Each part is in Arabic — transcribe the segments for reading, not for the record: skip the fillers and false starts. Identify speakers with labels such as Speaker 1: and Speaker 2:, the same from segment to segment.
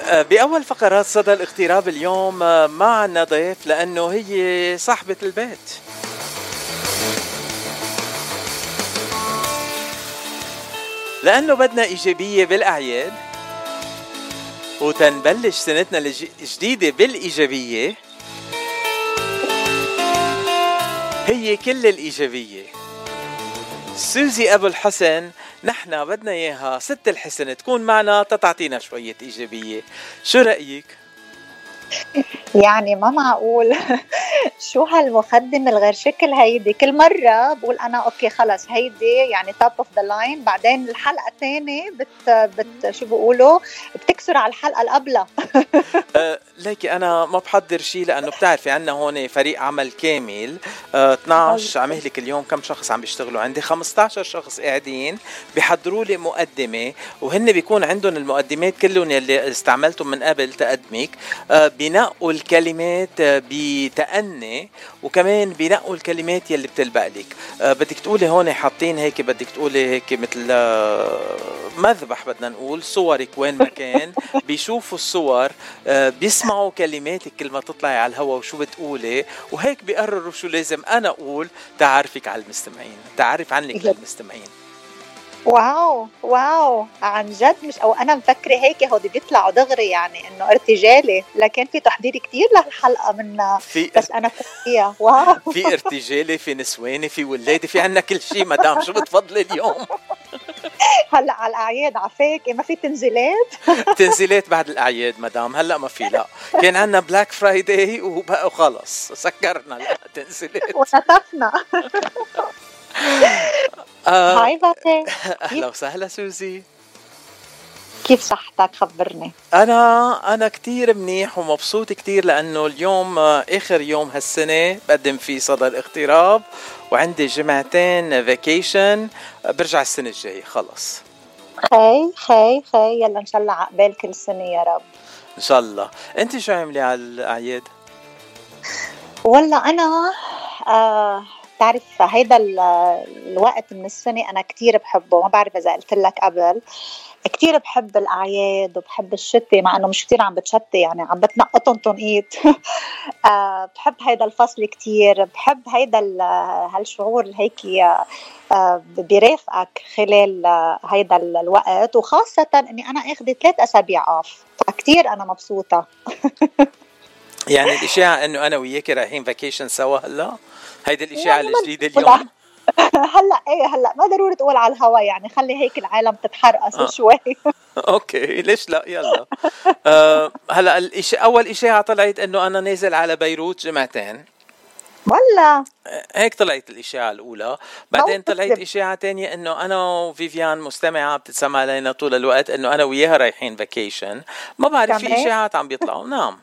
Speaker 1: بأول فقرات صدى الاغتراب اليوم ما عنا ضيف لأنه هي صاحبة البيت. لأنه بدنا إيجابية بالأعياد وتنبلش سنتنا الجديدة بالإيجابية. هي كل الإيجابية سوزي أبو الحسن. نحن بدنا إياها ست الحسن تكون معنا تتعطينا شوية إيجابية. شو رأيك؟
Speaker 2: يعني ما معقول. شو هالمقدمة الغير شكل هيدي؟ كل مرة بقول أنا أوكي خلص هيدي يعني توب اوف ذا لاين، بعدين الحلقة الثانية شو بقولوا بتكسر على الحلقة القبلة.
Speaker 1: ليكي أنا ما بحضر شيء لأنه بتعرفي عنا هون فريق عمل كامل. 12 عم يهلك اليوم كم شخص عم بيشتغلوا عندي؟ 15 شخص قاعدين بيحضروا لي مقدمة، وهن بيكون عندهم المقدمات كلهم اللي استعملتهم من قبل تقدمك. بينقوا الكلمات بتأني، وكمان بينقوا الكلمات يلي بتلبق لك. بدك تقولي هون حاطين هيك، بدك تقولي هيك مثل مذبح، بدنا نقول صورك وين ما كان بيشوفوا الصور، بيسمعوا كلماتك كل ما تطلعي على الهواء وشو بتقولي، وهيك بيقرروا شو لازم أنا أقول تعرفك على المستمعين، تعرف عنك للمستمعين.
Speaker 2: واو عن جد. مش او انا مفكره هيك هودي بيطلعوا دغري يعني انه ارتجالي، لكن في تحضير كتير لهالحلقه من بس انا فيها. واو
Speaker 1: في ارتجالي، في نسواني، في ولادي، في عنا كل شيء. مدام شو بتفضلي اليوم؟
Speaker 2: هلا على الاعياد عفاك ما في تنزيلات؟
Speaker 1: تنزيلات بعد الاعياد مدام. هلا ما في، لا كان عنا بلاك فرايداي وبقى خلص سكرنا التنزيلات
Speaker 2: ونطفنا. هاي باتي.
Speaker 1: اهلا وسهلا سوزي،
Speaker 2: كيف صحتك؟ خبرني.
Speaker 1: انا كتير منيح ومبسوط كتير لانه اليوم اخر يوم هالسنه بقدم فيه صدى الاغتراب، وعندي جمعتين فاكيشن، برجع السنه الجاي خلص.
Speaker 2: خي يلا ان شاء الله عقبال كل سنه يا رب.
Speaker 1: ان شاء الله. انت شو عملي على الاعياد؟
Speaker 2: والله انا تعرف هيدا الوقت من السنه انا كتير بحبه، ما بعرف اذا قلت لك قبل، كتير بحب الأعياد وبحب الشتي، مع أنه مش كتير عم بتشتي يعني عم بتنقطن تنقيت. بحب هيدا الفصل كتير، بحب هيدا هالشعور الهيكي بيرافقك خلال هيدا الوقت، وخاصة أني أنا أخذ 3 أسابيع أوف، فكتير أنا مبسوطة.
Speaker 1: يعني الإشاعة أنه أنا وياك رايحين فاكيشن سوا هلا، هيدا الإشاعة الجديدة اليوم.
Speaker 2: هلا ما ضروري تقول على الهوا، يعني خلي هيك العالم تتحرقص شوي.
Speaker 1: اوكي ليش لا، يلا. هلا اول إشاعة طلعت انه انا نازل على بيروت جمعتين،
Speaker 2: والله
Speaker 1: هيك طلعت الإشاعة الأولى. بعدين طلعت إشاعة تانية انه انا وفيفيان مستمعة بتتسمع علينا طول الوقت انه انا وياها رايحين فاكيشن. ما بعرف، في إشاعات عم بيطلعوا. نعم.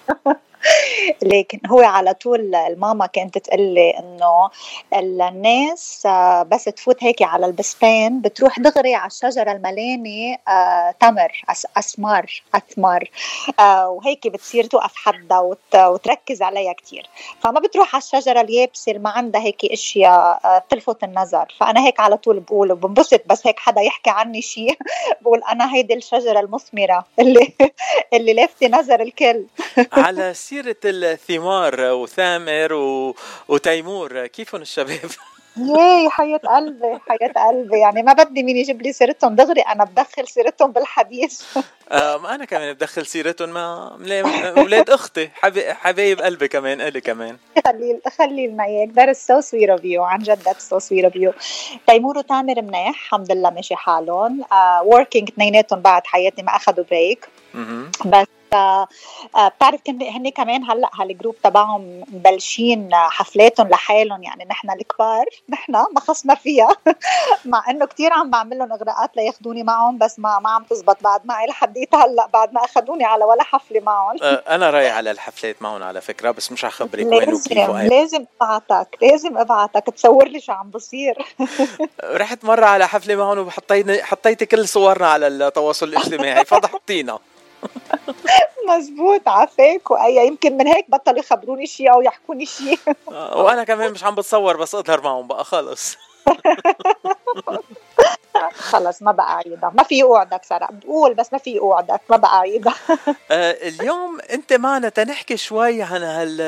Speaker 2: لكن هو على طول الماما كانت تقلي انه الناس بس تفوت هيك على البستان بتروح دغري على الشجرة الملانة تمر أثمار وهيك بتصير توقف حدها وتركز عليها كتير، فما بتروح على الشجرة اليابسة اللي ما عندها هيك اشياء تلفت النظر. فانا هيك على طول بقول وبنبسط بس هيك حدا يحكي عني شيء بقول انا هيدي الشجرة المثمرة اللي لافت نظر الكل.
Speaker 1: على سيرة الثمار وثامر وتيمور، كيفهم الشباب؟
Speaker 2: ياي حياة قلبي يعني ما بدي مين يجيب لي سيرتهم دغري، أنا بدخل سيرتهم بالحديث.
Speaker 1: أنا كمان بدخل سيرتهم، ما أولاد أختي حبايب قلبي كمان إلي كمان.
Speaker 2: خلي لنا إياك. that is so sweet of you، عن جد that's so sweet of you. تيمور وتامر منيح الحمد لله ماشي حالهم، working اثنيناتهم بعد حياتي ما أخذوا بريك. بس بتعرف هن كمان هلأ هالجروب تبعهم مبلشين حفلاتهم لحالهم، يعني نحن الكبار نحن ما خصنا فيها. مع انه كتير عم بعمل لهم اغراءات لياخدوني معهم، بس ما عم تزبط بعد معي لحديت هلأ بعد ما اخذوني على ولا حفلة معهم.
Speaker 1: انا رايح على الحفلات معهم على فكرة، بس مش هخبرك وين وكيف وين.
Speaker 2: لازم ابعتك تصور لي شو عم بصير.
Speaker 1: رحت مرة على حفلة معهم وحطيت كل صورنا على التواصل الاجتماعي فضحتينا.
Speaker 2: مزبوط عفاك. وأي يمكن من هيك بطلوا يخبروني شيء أو يحكوني شيء.
Speaker 1: وأنا كمان مش عم بتصور بس أظهر معهم بقى خلص.
Speaker 2: خلص ما بقى أعيدها، ما في أوعدك سارة، بقول بس ما في أوعدك، ما بقى أعيدها.
Speaker 1: اليوم انت معنا تنحكي شوي عن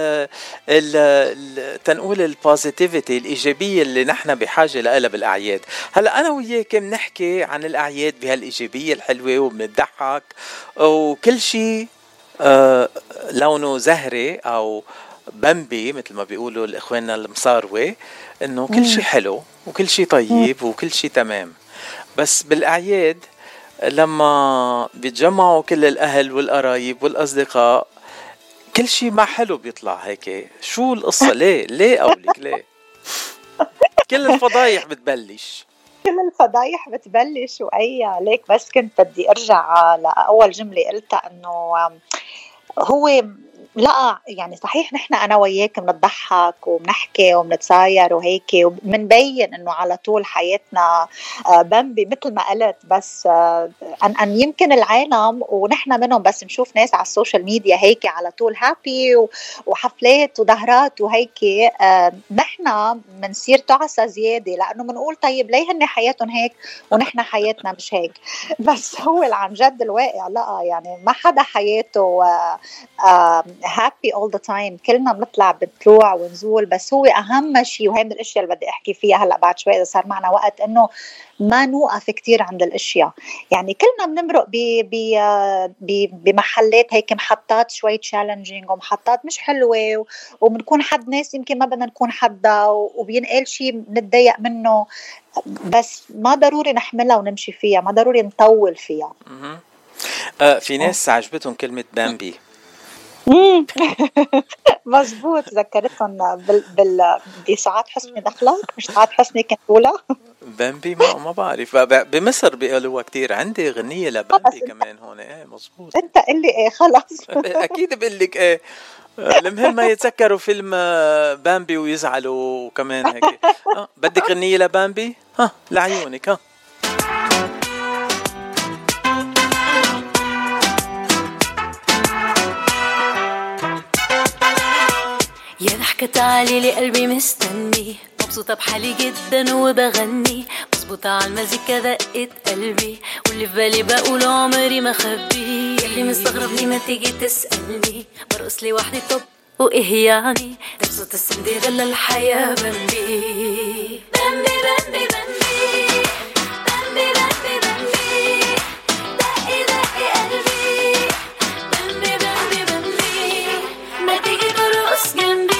Speaker 1: تنقول البوزيتيفيتي الايجابيه اللي نحن بحاجه لها بالاعياد. هلا انا وياك بنحكي عن الاعياد بهالايجابيه الحلوه وبنضحك وكل شيء لونه زهري او بمبي مثل ما بيقولوا الاخواننا المصاروي، انه كل شيء حلو وكل شيء طيب وكل شيء تمام. بس بالاعياد لما بيتجمعوا كل الأهل والقرايب والأصدقاء كل شيء ما حلو بيطلع هيك. شو القصة؟ ليه قولك ليه؟ كل الفضايح بتبلش.
Speaker 2: كل الفضايح بتبلش وأي ليك. بس كنت بدي أرجع لأول جملة قلتها، أنه هو لا يعني صحيح نحن أنا وياك بنضحك وبنحكي وبنتصاير وهيك وبنبين إنه على طول حياتنا بمبي مثل ما قلت. بس أن يمكن العالم ونحن منهم بس نشوف ناس على السوشيال ميديا هيك على طول هابي وحفلات وظهرات وهيك، نحن منصير تعسى زيادة لأنه منقول طيب ليه هن حياتهم هيك ونحن حياتنا مش هيك. بس هو عن جد الواقع لا، يعني ما حدا حياته happy all the time. كلنا بنطلع بطلوع ونزول، بس هو أهم شيء وهي من الأشياء اللي بدي أحكي فيها هلأ بعد شوي إذا صار معنا وقت، إنه ما نوقف كتير عند الأشياء. يعني كلنا بنمرق بمحلات هيك محطات شوي challenging ومحطات مش حلوة، وبنكون حد ناس يمكن ما بدنا نكون حدا، وبينقال شيء بنتضايق منه، بس ما ضروري نحملها ونمشي فيها، ما ضروري نطول فيها.
Speaker 1: في ناس عجبتهم كلمة بامبي.
Speaker 2: مزبوط، ذكرتهم بسعاد حسني دخلك، مش سعاد حسني كانت أولى.
Speaker 1: بامبي ما بعرف، بمصر بيقولوها كتير. عندي غنية لبامبي كمان هون. مزبوط.
Speaker 2: انت قل لي ايه خلاص.
Speaker 1: اكيد بقلك ايه. المهم ما يتذكروا فيلم بامبي ويزعلوا كمان هيك. بدك غنية لبامبي؟ لعيونك.
Speaker 3: يا ضحكة تعالي لي قلبي مستني، مبسوطة بحالي جدا وبغني، مظبوطة على المزيكا دقت قلبي، واللي في بالي بقول عمري ما خبي. اللي مستغربني ما تيجي تسألني، برقص لي وحدي طب وإيه يعني، ده بصوت السندريلا الحياة بمبي بمبي بمبي بمبي بمبي بمبي بمبي دقي دقي قلبي بمبي بمبي بمبي ما تيجي ترقص جنبي.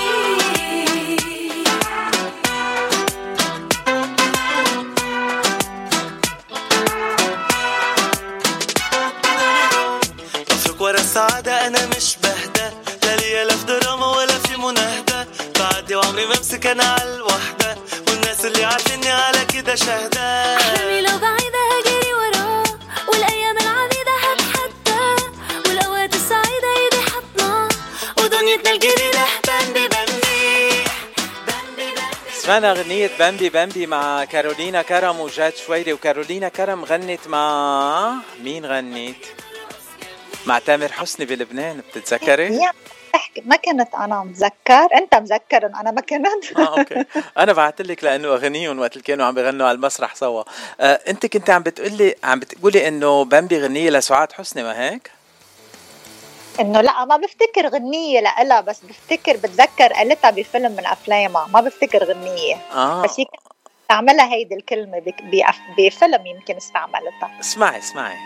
Speaker 4: بفرق ورا السعادة أنا مش بهدى، لا ليا لا في دراما ولا في مناهدة، بعدي وعمري بمسك أنا على الوحدة، والناس اللي عارفيني على كده شهدة.
Speaker 3: أحلامي لو بعيدة هجري وراه، والأيام العنيدة هتحدى، والأوقات السعيدة ايدي حضناه، ودنيتنا الجديدة بمبي بمبي بمبي بمبي.
Speaker 1: سمعنا غنية بامبي بامبي مع كارولينا كرم وجاد شويري. وكارولينا كرم غنت مع مين؟ غنت مع تامر حسني بلبنان، بتتذكري؟
Speaker 2: ما كنت أنا مذكر، أنت مذكر إن أنا ما كنت.
Speaker 1: أوكي. أنا بعتلك لأنه أغنيهم وقت اللي كانوا عم بيغنوا على المسرح سوا. أنت كنت عم بتقولي إنه بامبي غنية لسعاد حسني، ما هيك؟
Speaker 2: إنه لا ما بفتكر غنية لإلها، بس بتذكر قالتها بفيلم من أفلامها، ما بفتكر غنية. بس هي استعملها هيدي الكلمة بفيلم يمكن استعملتها.
Speaker 1: اسمعي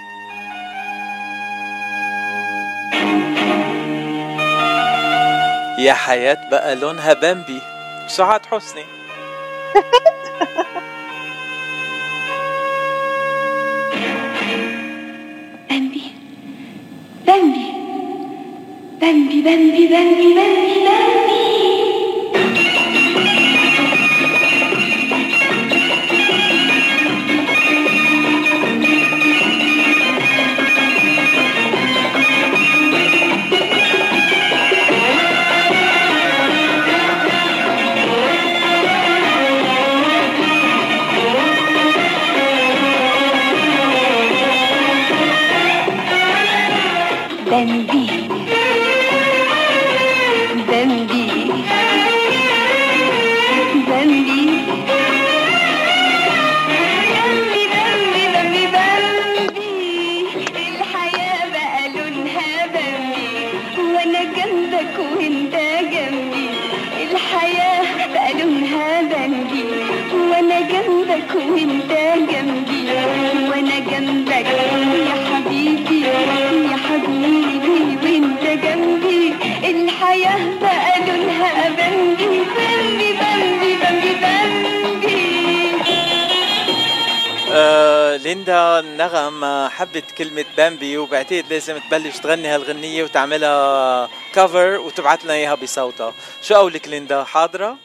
Speaker 1: يا حياة بقى لونها بامبي سعاد حسني.
Speaker 3: بامبي بامبي بامبي بامبي بامبي بامبي بامبي جنبك وانت جنبي وانا جنبك يا حبيبي يا حبيبي وانت جنبي الحياة بقى لونها بمبي بمبي بمبي بمبي بمبي.
Speaker 1: ليندا نغم حبت كلمة بامبي وبعتقد لازم تبلش تغني هالغنية وتعملها كفر وتبعت لنا اياها بصوتها. شو قولك ليندا، حاضرة؟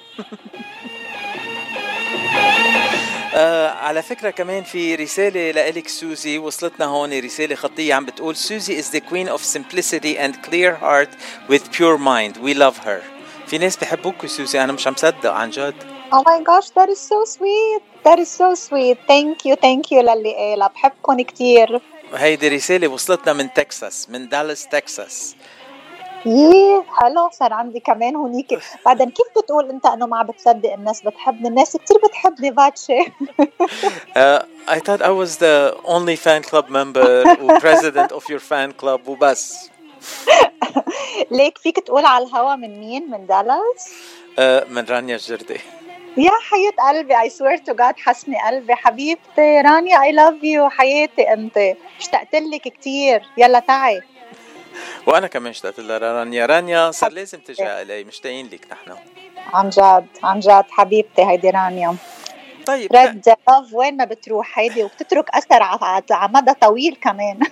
Speaker 1: على فكرة كمان في رسالة لإلك سوزي وصلتنا هون، رسالة خطية عم بتقول Susie is the queen of simplicity and clear heart with pure mind. We love her. في ناس بيحبوك سوزي، أنا مش عم صدق عن جد.
Speaker 2: Oh my gosh, that is so sweet. That is so sweet. Thank you للي قالها، بحبكم كتير.
Speaker 1: هيدي رسالة وصلتنا من تكساس، من دالاس تكساس.
Speaker 2: حلو، صار عندي كمان هونيك. بعدين كيف بتقول انت انه ما بتصدق الناس بتحبني؟ الناس كتير بتحبني فاتشي.
Speaker 1: I thought I was the only fan club member و president of your fan club وبس.
Speaker 2: ليك فيك تقول على الهوا من مين؟ من دالاس؟
Speaker 1: من رانيا الجردي.
Speaker 2: يا حياة قلبي، I swear to God حسني قلبي حبيبتي رانيا، I love you حياتي، انت اشتقت لك كتير. يلا تعي.
Speaker 1: وانا كمان اشتقت لها رانيا صار لازم تجي علي، مشتاقين لك نحن
Speaker 2: عن جد حبيبتي هيدي رانيا.
Speaker 1: طيب
Speaker 2: رد لاف وين ما بتروح هيدي وبتترك اثر على مدى طويل كمان.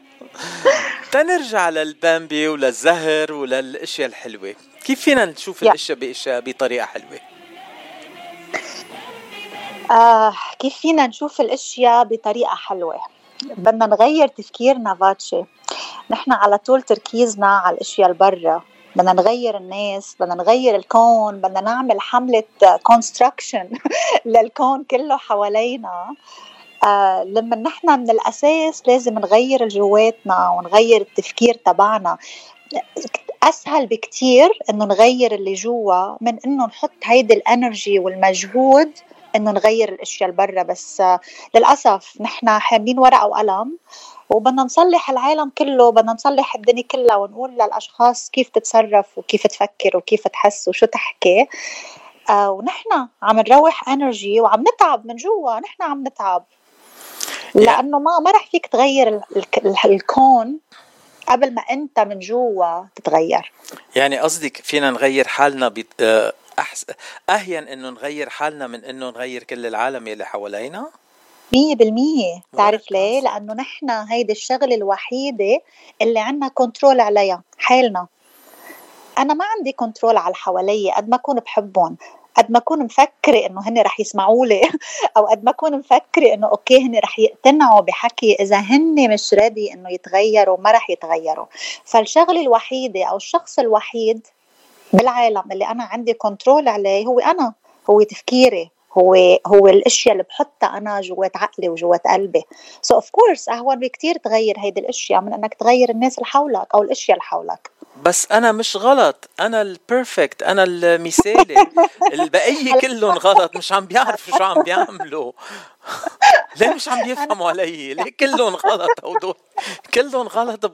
Speaker 1: تنرجع للبامبي وللزهر وللاشياء الحلوه. كيف فينا نشوف الاشياء بطريقه حلوه؟
Speaker 2: كيف فينا نشوف الاشياء بطريقه حلوه؟ بدنا نغير تفكيرنا فاتشي. نحن على طول تركيزنا على الاشياء البرة، بدنا نغير الناس، بدنا نغير الكون، بدنا نعمل حملة كونستراكشن للكون كله حوالينا. لما نحن من الأساس لازم نغير جواتنا ونغير التفكير تبعنا. أسهل بكتير إنه نغير اللي جوا من إنه نحط هيدي الانرجي والمجهود إنه نغير الأشياء البرة. بس للأسف نحن حاملين ورقة وقلم وبدنا نصلح العالم كله، بدنا نصلح الدنيا كلها ونقول للأشخاص كيف تتصرف وكيف تفكر وكيف تحس وشو تحكي. ونحن عم نروح انرجي وعم نتعب من جوا. نحن عم نتعب لأنه ما رح فيك تغير الكون قبل ما أنت من جوا تتغير.
Speaker 1: يعني قصدك فينا نغير حالنا أهين إنه نغير حالنا من إنه نغير كل العالم يلي حوالينا
Speaker 2: 100%. تعرف ليه؟ لأنه نحن هيدي الشغلة الوحيدة اللي عنا كنترول عليها، حالنا. أنا ما عندي كنترول على حوالي، قد ما أكون بحبهم، قد ما أكون مفكرة إنه هن رح يسمعوا لي أو قد ما أكون مفكرة إنه أوكي هن رح يقتنعوا بحكي، إذا هن مش رادي إنه يتغيروا ما رح يتغيروا. فالشغلة الوحيدة أو الشخص الوحيد بالعالم اللي أنا عندي كنترول عليه هو أنا، هو تفكيري، هو الاشياء اللي بحطها انا جوات عقلي وجوات قلبي. so of course اهون بكتير تغير هيدي الاشياء من انك تغير الناس اللي حولك او الاشياء اللي حولك.
Speaker 1: بس انا مش غلط، انا البيرفكت، انا المثالي. البقية كلهم غلط، مش عم بيعرفوا شو عم بيعملوا. ليه مش عم بيفهموا علي؟ ليه كلهم غلط؟ هودول كلهم غلط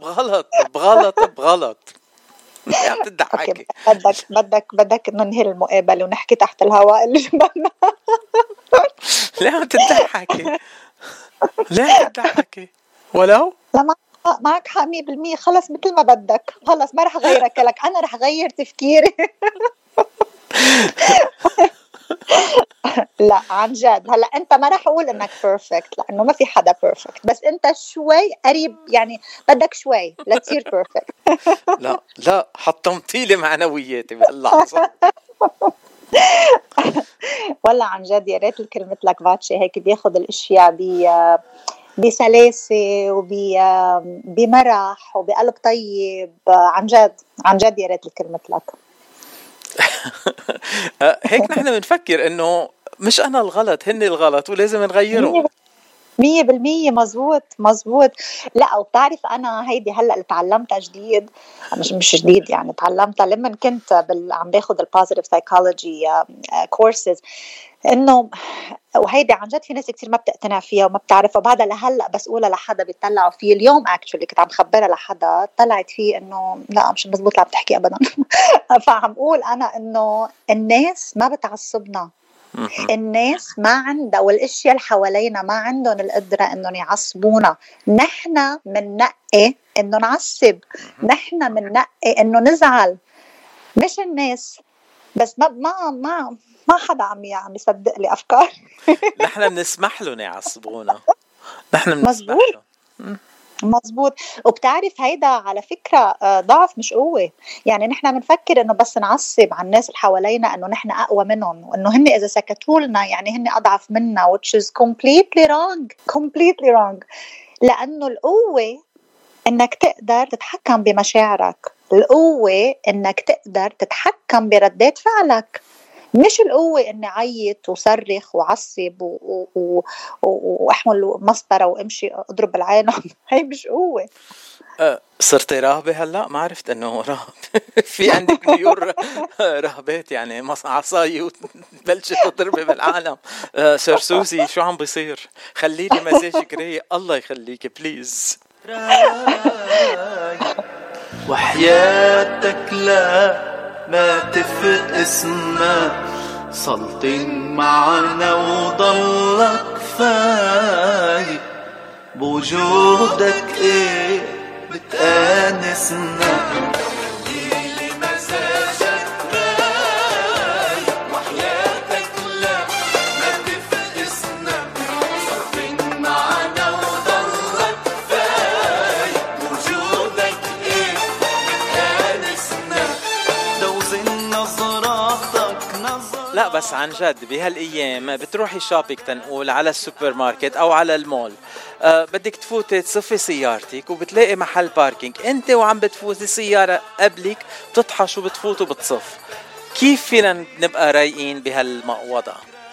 Speaker 1: بغلط. عم تضحكي.
Speaker 2: بدك ننهي المقابله ونحكي تحت الهواء اللي جنبنا.
Speaker 1: ليه عم تضحكي؟ ولو
Speaker 2: لا معك حق 100%. خلص مثل ما بدك، خلص ما رح غيرك لك، انا رح غير تفكيري. لا عن جد. هلا انت ما رح اقول انك بيرفكت لانه ما في حدا بيرفكت، بس انت شوي قريب، يعني بدك شوي لتصير بيرفكت.
Speaker 1: لا حطمتي لي معنوياتي بهاللحظه.
Speaker 2: والله عن جد يا ريت الكلمة لك فاتشي هيك بياخد الاشياء بسلاسة وبمرح وبقلب طيب. عن جد يا ريت الكلمة لك.
Speaker 1: هيك نحن بنفكر انه مش انا الغلط، هن الغلط ولازم نغيره.
Speaker 2: 100% مزبوط. لا وبتعرف انا هيدي هلا اللي تعلمتها جديد، مش جديد يعني، تعلمتها لما كنت عم باخذ البوزيتيف سايكولوجي كورسز، انه وهيدي عن جد في ناس كتير ما بتقتنع فيها وما بتعرفها، بعدها لهلا بس اقولها لحدا بيطلعوا فيه. اليوم اكشولي كنت عم خبرها لحدا طلعت فيه انه لا مش مزبوط اللي عم تحكي ابدا. فعم اقول انا انه الناس ما بتعصبنا، الناس ما عندها والاشياء اللي حوالينا ما عندهم القدرة انهم يعصبونا. نحن مننقي انه نعصب، نحن مننقي انه نزعل، مش الناس. بس ما حدا عم يصدق لي افكار.
Speaker 1: نحن بنسمح لهم يعصبونا، نحن بنسمح لهم.
Speaker 2: مزبوط. وبتعرف هيدا على فكرة ضعف مش قوة. يعني نحن بنفكر انه بس نعصب على الناس اللي حوالينا انه نحن اقوى منهم، وانه هن اذا سكتوا لنا يعني هن اضعف منا، which is completely wrong. لانه القوة انك تقدر تتحكم بمشاعرك، القوة انك تقدر تتحكم بردات فعلك، مش القوة اني عيط وصرخ وعصب واحمل مسطرة وامشي اضرب العالم. هي مش قوة.
Speaker 1: صرت راهبة هلا؟ ما عرفت انه راهب. في عندك ميول راهبات يعني عصاي وبلشت تضربي بالعالم. سير سوزي شو عم بيصير؟ خلي لي مزاجك رايق الله يخليك بليز.
Speaker 4: وحياتك لا ما تفرق اسمك، سلطين معنا وضلك فايق، بوجودك ايه بتآنسنا. ليلي مزاجك رايق، وحياتك لا ما تفرق اسمك، سلطين معنا وضلك فايق، بوجودك ايه بتآنسنا. دوزن نظراتك
Speaker 1: لا بس عن جد بهالايام بتروحي شوبينج تنقول على السوبر ماركت او على المول، بدك تفوتي تصفي سيارتك وبتلاقي محل باركينج، انت وعم بتفوتي سيارة قبلك بتطحش وبتفوت وبتصف. كيف فينا نبقى رايقين بهالمقوضة؟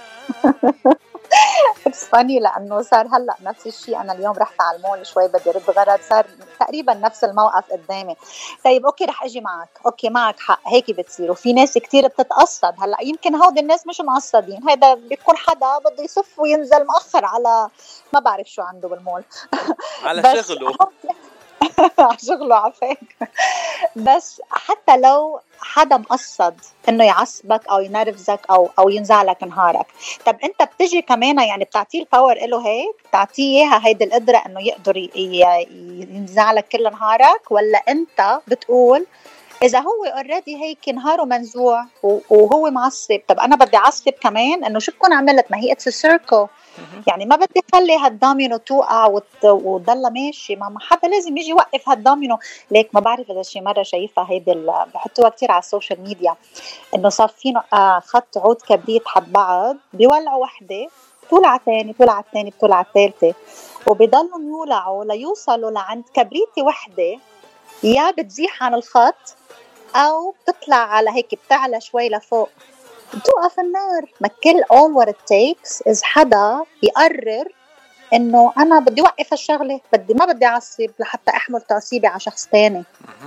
Speaker 2: It's funny لأنه صار هلأ نفس الشيء. أنا اليوم رحت على المول شوي بدي رد غرض، صار تقريبا نفس الموقف قدامي. طيب أوكي رح أجي معك، أوكي معك حق، هيك بتصير. وفي ناس كتير بتتقصد. هلأ يمكن هود الناس مش مقصدين، هيدا بيكون حدا بده يصف وينزل مأخر على ما بعرف شو عنده بالمول.
Speaker 1: على شغله.
Speaker 2: على شغله عفاك. بس حتى لو حدا مقصد انه يعصبك او ينرفزك او ينزعلك نهارك، طب انت بتجي كمان يعني بتعطيه الباور له، هيك بتعطيه اياها هيدي القدرة انه يقدر ينزعلك كل نهارك، ولا انت بتقول اذا هو اوريدي هيك نهاره منزوع وهو معصب، طب انا بدي اعصب كمان انه شو بكون عملت؟ ما هي اتس سيركل. يعني ما بدي خلي هالدومينو توقع وتضل ماشي، ما حدا لازم يجي يوقف هالدومينو. ليك ما بعرف اذا شي مره شايفه هيدي بحطوها كتير على السوشيال ميديا، انه صافين خط عود كبريت حد بعض، بيولعوا وحده بتولع ثاني بتولع الثاني بتولع الثالثه، وبيضلوا يولعوا ليوصلوا لعند كبريتي وحده، يا بتزيح عن الخط او بتطلع على هيك بتعلى شوي لفوق بتوقف النار. ما كل all what it takes is حدا يقرر انه انا بدي وقف هالشغله، ما بدي اعصب لحتى احمل تعصيبي على شخص تاني.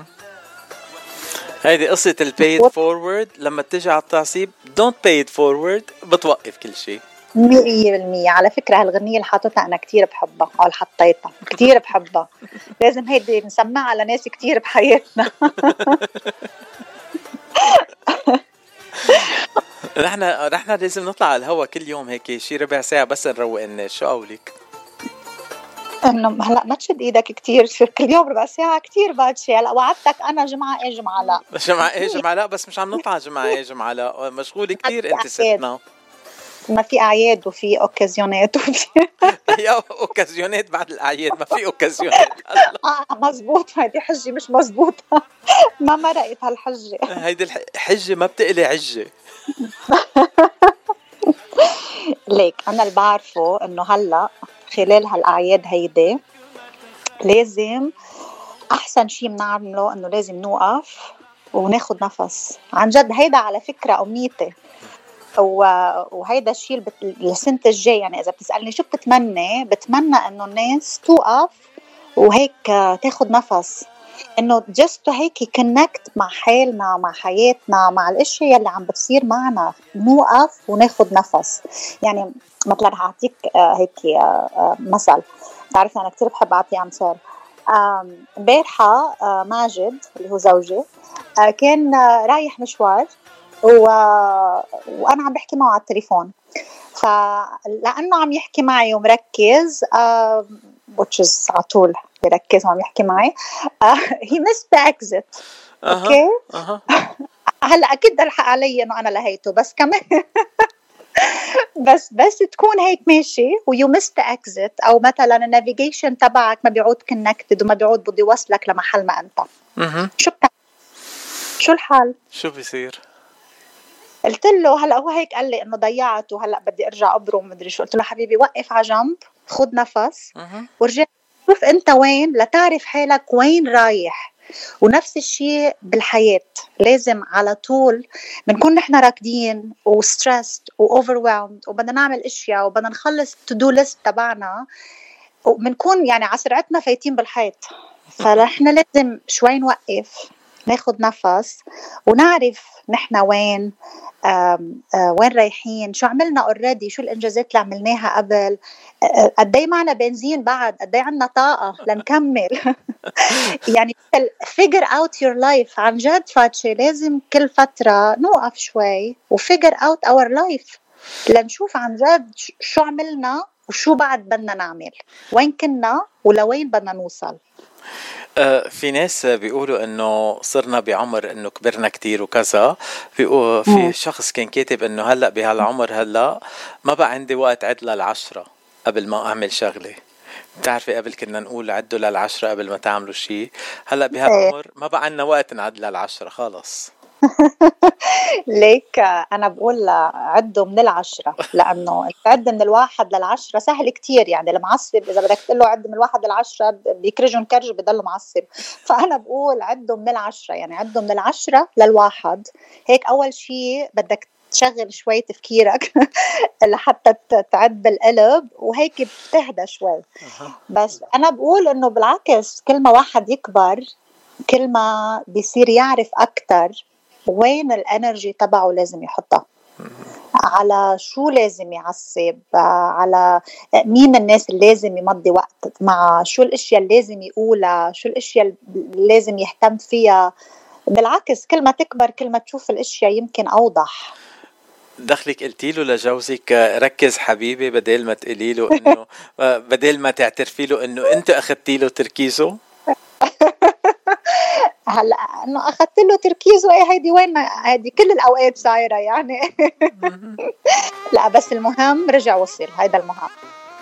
Speaker 1: هيدي قصة البايد فورورد. لما تيجي على التعصيب don't pay it forward، بتوقف كل شيء
Speaker 2: 100%. على فكرة هالغنية اللي حاطتها أنا كتير بحبها، أو اللي حطيتها كتير بحبها. لازم هيدي نسمعها لناس كتير بحياتنا.
Speaker 1: نحن لازم نطلع على الهوا كل يوم هيك شي ربع ساعة بس نروق الناس. شو قولك؟
Speaker 2: انه هلا ما تشد ايدك كتير، كل يوم ربع ساعة كتير بعد شي. هلا وعدتك انا جمعة ايه جمعة لا.
Speaker 1: جمعة لا، بس مش عم نطلع جمعة ايه جمعة لا، مشغول كتير انت ستنا.
Speaker 2: ما في اعياد وفي اوكازيونات
Speaker 1: يا اوكازيونات بعد الاعياد، ما في اوكازيونات.
Speaker 2: مزبوط. هيدي حجة مش مزبوطة. ما مرقت هالحجة.
Speaker 1: هيدي الحجة ما بتقلي عجة.
Speaker 2: ليك أنا اللي بعرفه إنه هلأ خلال هالأعياد هيدي لازم أحسن شيء بنعمله إنه لازم نوقف وناخد نفس. عن جد هيدا على فكرة أمنيتي، وهيدا الشيء السنة الجاي. يعني إذا بتسألني شو بتمنى إنه الناس توقف وهيك تاخد نفس، إنه just هيك connect مع حالنا مع حياتنا مع الأشياء اللي عم بتصير معنا، نوقف وناخد نفس. يعني مثلا هعطيك هيك مثل. تعرف أنا كتير بحب أعطي أمثال. امبارحة ماجد اللي هو زوجي كان رايح مشوار، وأنا عم بحكي معه على التليفون، فلأنه عم يحكي معي ومركز which is على طول بركز وعم يحكي معي he missed the exit. اوكي هلا اكيد ده الحق علي انه انا لهيته، بس كمان بس تكون هيك ماشي ويو مس ذا اكزيت، او مثلا النافيجيشن تبعك ما بيعود كونكتد وما بيعود بده يوصلك لمحل ما انت. شو الحال؟
Speaker 1: شو بيصير؟
Speaker 2: قلت له هلا هو هيك قال لي انه ضيعت وهلا بدي ارجع ابرم مدري شو. قلت له حبيبي وقف على جنب، خد نفس ورجع شوف انت وين لتعرف حالك وين رايح. ونفس الشيء بالحياة، لازم على طول بنكون نحن راكدين وستريسد وأوفرويلمد وبدنا نعمل اشياء وبدنا نخلص تو دو ليست تبعنا، وبنكون يعني على سرعتنا فايتين بالحيط. فنحن لازم شوي نوقف، ناخد نفس ونعرف نحن وين وين رايحين، شو عملنا اوريدي، شو الانجازات اللي عملناها قبل، قدي معنا بنزين بعد، قدي عنا طاقة لنكمل. يعني figure out your life. عن جد فاتشي لازم كل فترة نوقف شوي وfigure out our life لنشوف عن جد شو عملنا وشو بعد بدنا نعمل، وين كنا ولوين بدنا نوصل.
Speaker 1: في ناس بيقولوا انه صرنا بعمر انه كبرنا كتير وكذا. في شخص كان كاتب انه هلأ بهالعمر هلأ ما بقى عندي وقت عد لل10 قبل ما اعمل شغلة. بتعرفي قبل كنا نقول عدوا لل10 قبل ما تعملوا شيء، هلأ بهالعمر ما بقى عنا وقت نعد لل10 خلص.
Speaker 2: ليك أنا بقول عدوا من 10، لأنه تعد من 1 ل10 سهل كتير. يعني المعصب إذا بدك تقول له عد من 1 ل10 بيكرجون كرج بيضل معصب. فأنا بقول عدوا من 10، يعني عدوا من 10 ل1. هيك أول شيء بدك تشغل شوي تفكيرك لحتى تعد بالقلب، وهيك بتهدى شوي. بس أنا بقول إنه بالعكس، كل ما واحد يكبر كل ما بيصير يعرف أكتر وين الانرجي تبعه لازم يحطها، على شو لازم يعصب، على مين الناس اللي لازم يمضي وقت مع، شو الاشياء اللي لازم يقولها، شو الاشياء اللي لازم يهتم فيها. بالعكس كل ما تكبر كل ما تشوف الاشياء يمكن اوضح.
Speaker 1: دخلك قلتي له لجوزك ركز حبيبي، بدل ما تقولي له انه بدل ما تعترفي له انه انت اخذتي له تركيزه؟
Speaker 2: هلا انه اخذت له تركيزه، ايه هيدي وين، هيدي كل الاوقات صايره يعني. لا بس المهم رجع وصل، هيدا المهم.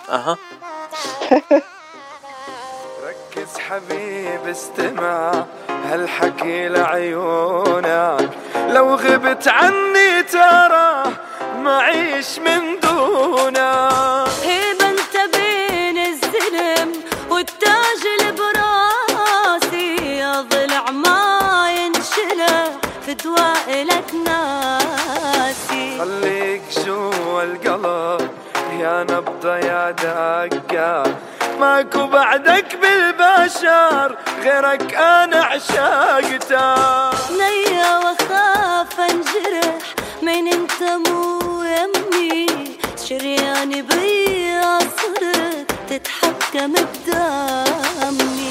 Speaker 4: ركز حبيب استمع هالحكي لعيونك، لو غبت عني ترى ما عيش من دونك.
Speaker 3: هيبة انت بين الزلم والتاج البراسي، يا ضلع ما ينشلى فدواء لك ناسي.
Speaker 4: خليك جوا القلب يا نبضة يا دقة، ماكو بعدك بالبشر غيرك انا عشاقته.
Speaker 3: نيا وخاف انجرح من انت مو يمي، شرياني بيا صرت تتحكم بدمي.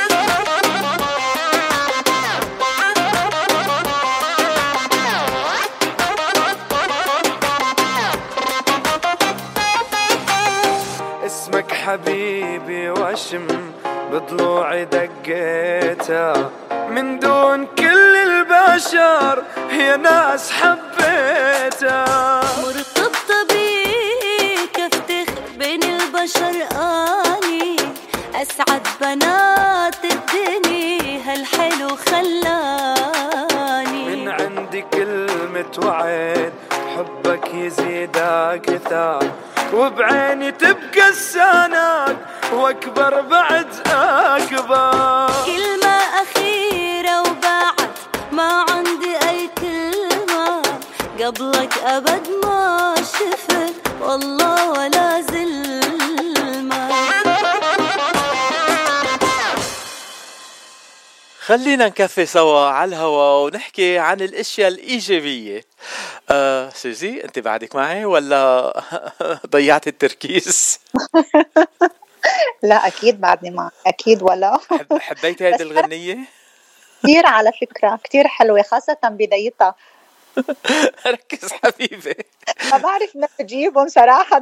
Speaker 4: اسمك حبيبي واشم بضلوعي دقيته، من دون كل البشر يا ناس حبيته.
Speaker 3: مرتبطة بيك افتخر بين البشر، اني اسعد بنات الدنيا هالحلو خلاني.
Speaker 4: من عندي كلمة وعد حبك يزيد اكثر، وبعيني تبقى السند واكبر بعد اكبر.
Speaker 3: كلمة اخيرة وبعد ما عندي اي كلمة، قبلك ابد ما شفت والله ولا زلمة.
Speaker 1: خلينا نكفي سوا على الهوا ونحكي عن الاشياء الايجابية. سوزي انت بعدك معي ولا ضيعت التركيز؟
Speaker 2: لا اكيد بعدني معك، اكيد. ولا
Speaker 1: حبيت هذه الغنية
Speaker 2: كثير على فكرة، كثير حلوة خاصة بدايتها.
Speaker 1: ركز حبيبي.
Speaker 2: ما بعرف ما بجيبهم صراحة.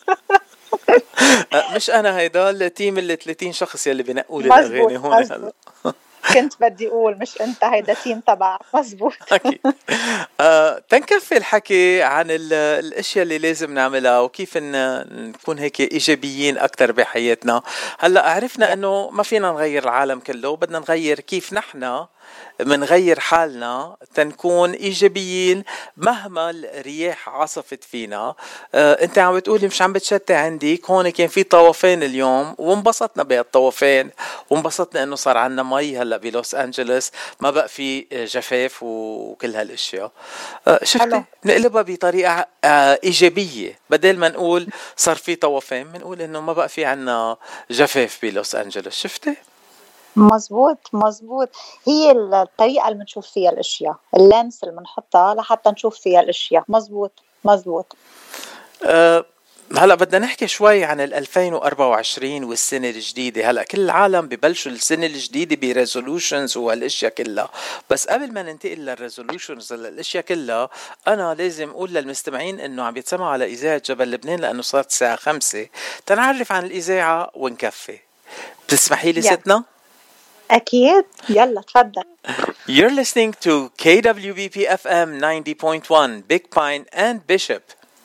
Speaker 1: مش أنا، هيدا التيم اللي 30 شخص يلي بنقول الأغاني هون هلا.
Speaker 2: كنت بدي أقول مش أنت، هيدا تيم تبع. مزبوط.
Speaker 1: أكيد. تنكفي الحكي عن الأشياء اللي لازم نعملها وكيف نكون هيك إيجابيين أكتر بحياتنا. هلأ عرفنا أنه ما فينا نغير العالم كله، بدنا نغير كيف نحن منغير حالنا تنكون إيجابيين مهما الرياح عصفت فينا. انت عم بتقولي مش عم بتشتي عندك، هون كان في طوفان اليوم وانبسطنا بهالطوفان، وانبسطنا انه صار عنا مي هلأ بلوس أنجلوس، ما بقى في جفاف وكل هالاشياء. شفتي نقلبها بطريقة إيجابية، بدل ما نقول صار في طوفان بنقول انه ما بقى في عنا جفاف بلوس أنجلوس. شفتي؟
Speaker 2: مزبوط. هي الطريقة اللي بنشوف فيها الاشياء، اللينس اللي بنحطها لحتى نشوف فيها الاشياء. مزبوط.
Speaker 1: هلأ بدنا نحكي شوي عن 2024 والسنة الجديدة. هلأ كل العالم ببلشوا السنة الجديدة بريزولوشنز والاشياء كلها، بس قبل ما ننتقل للريزولوشنز الاشياء كلها، انا لازم اقول للمستمعين انه عم يتسمعوا على اذاعة جبل لبنان لانه صارت الساعة 5. تنعرف عن الاذاعة ونكفي. بتسمحي لي ستنا؟
Speaker 2: أكيد، يلا تفضل.
Speaker 1: You're listening to KWBP FM 90.1 Big Pine and Bishop,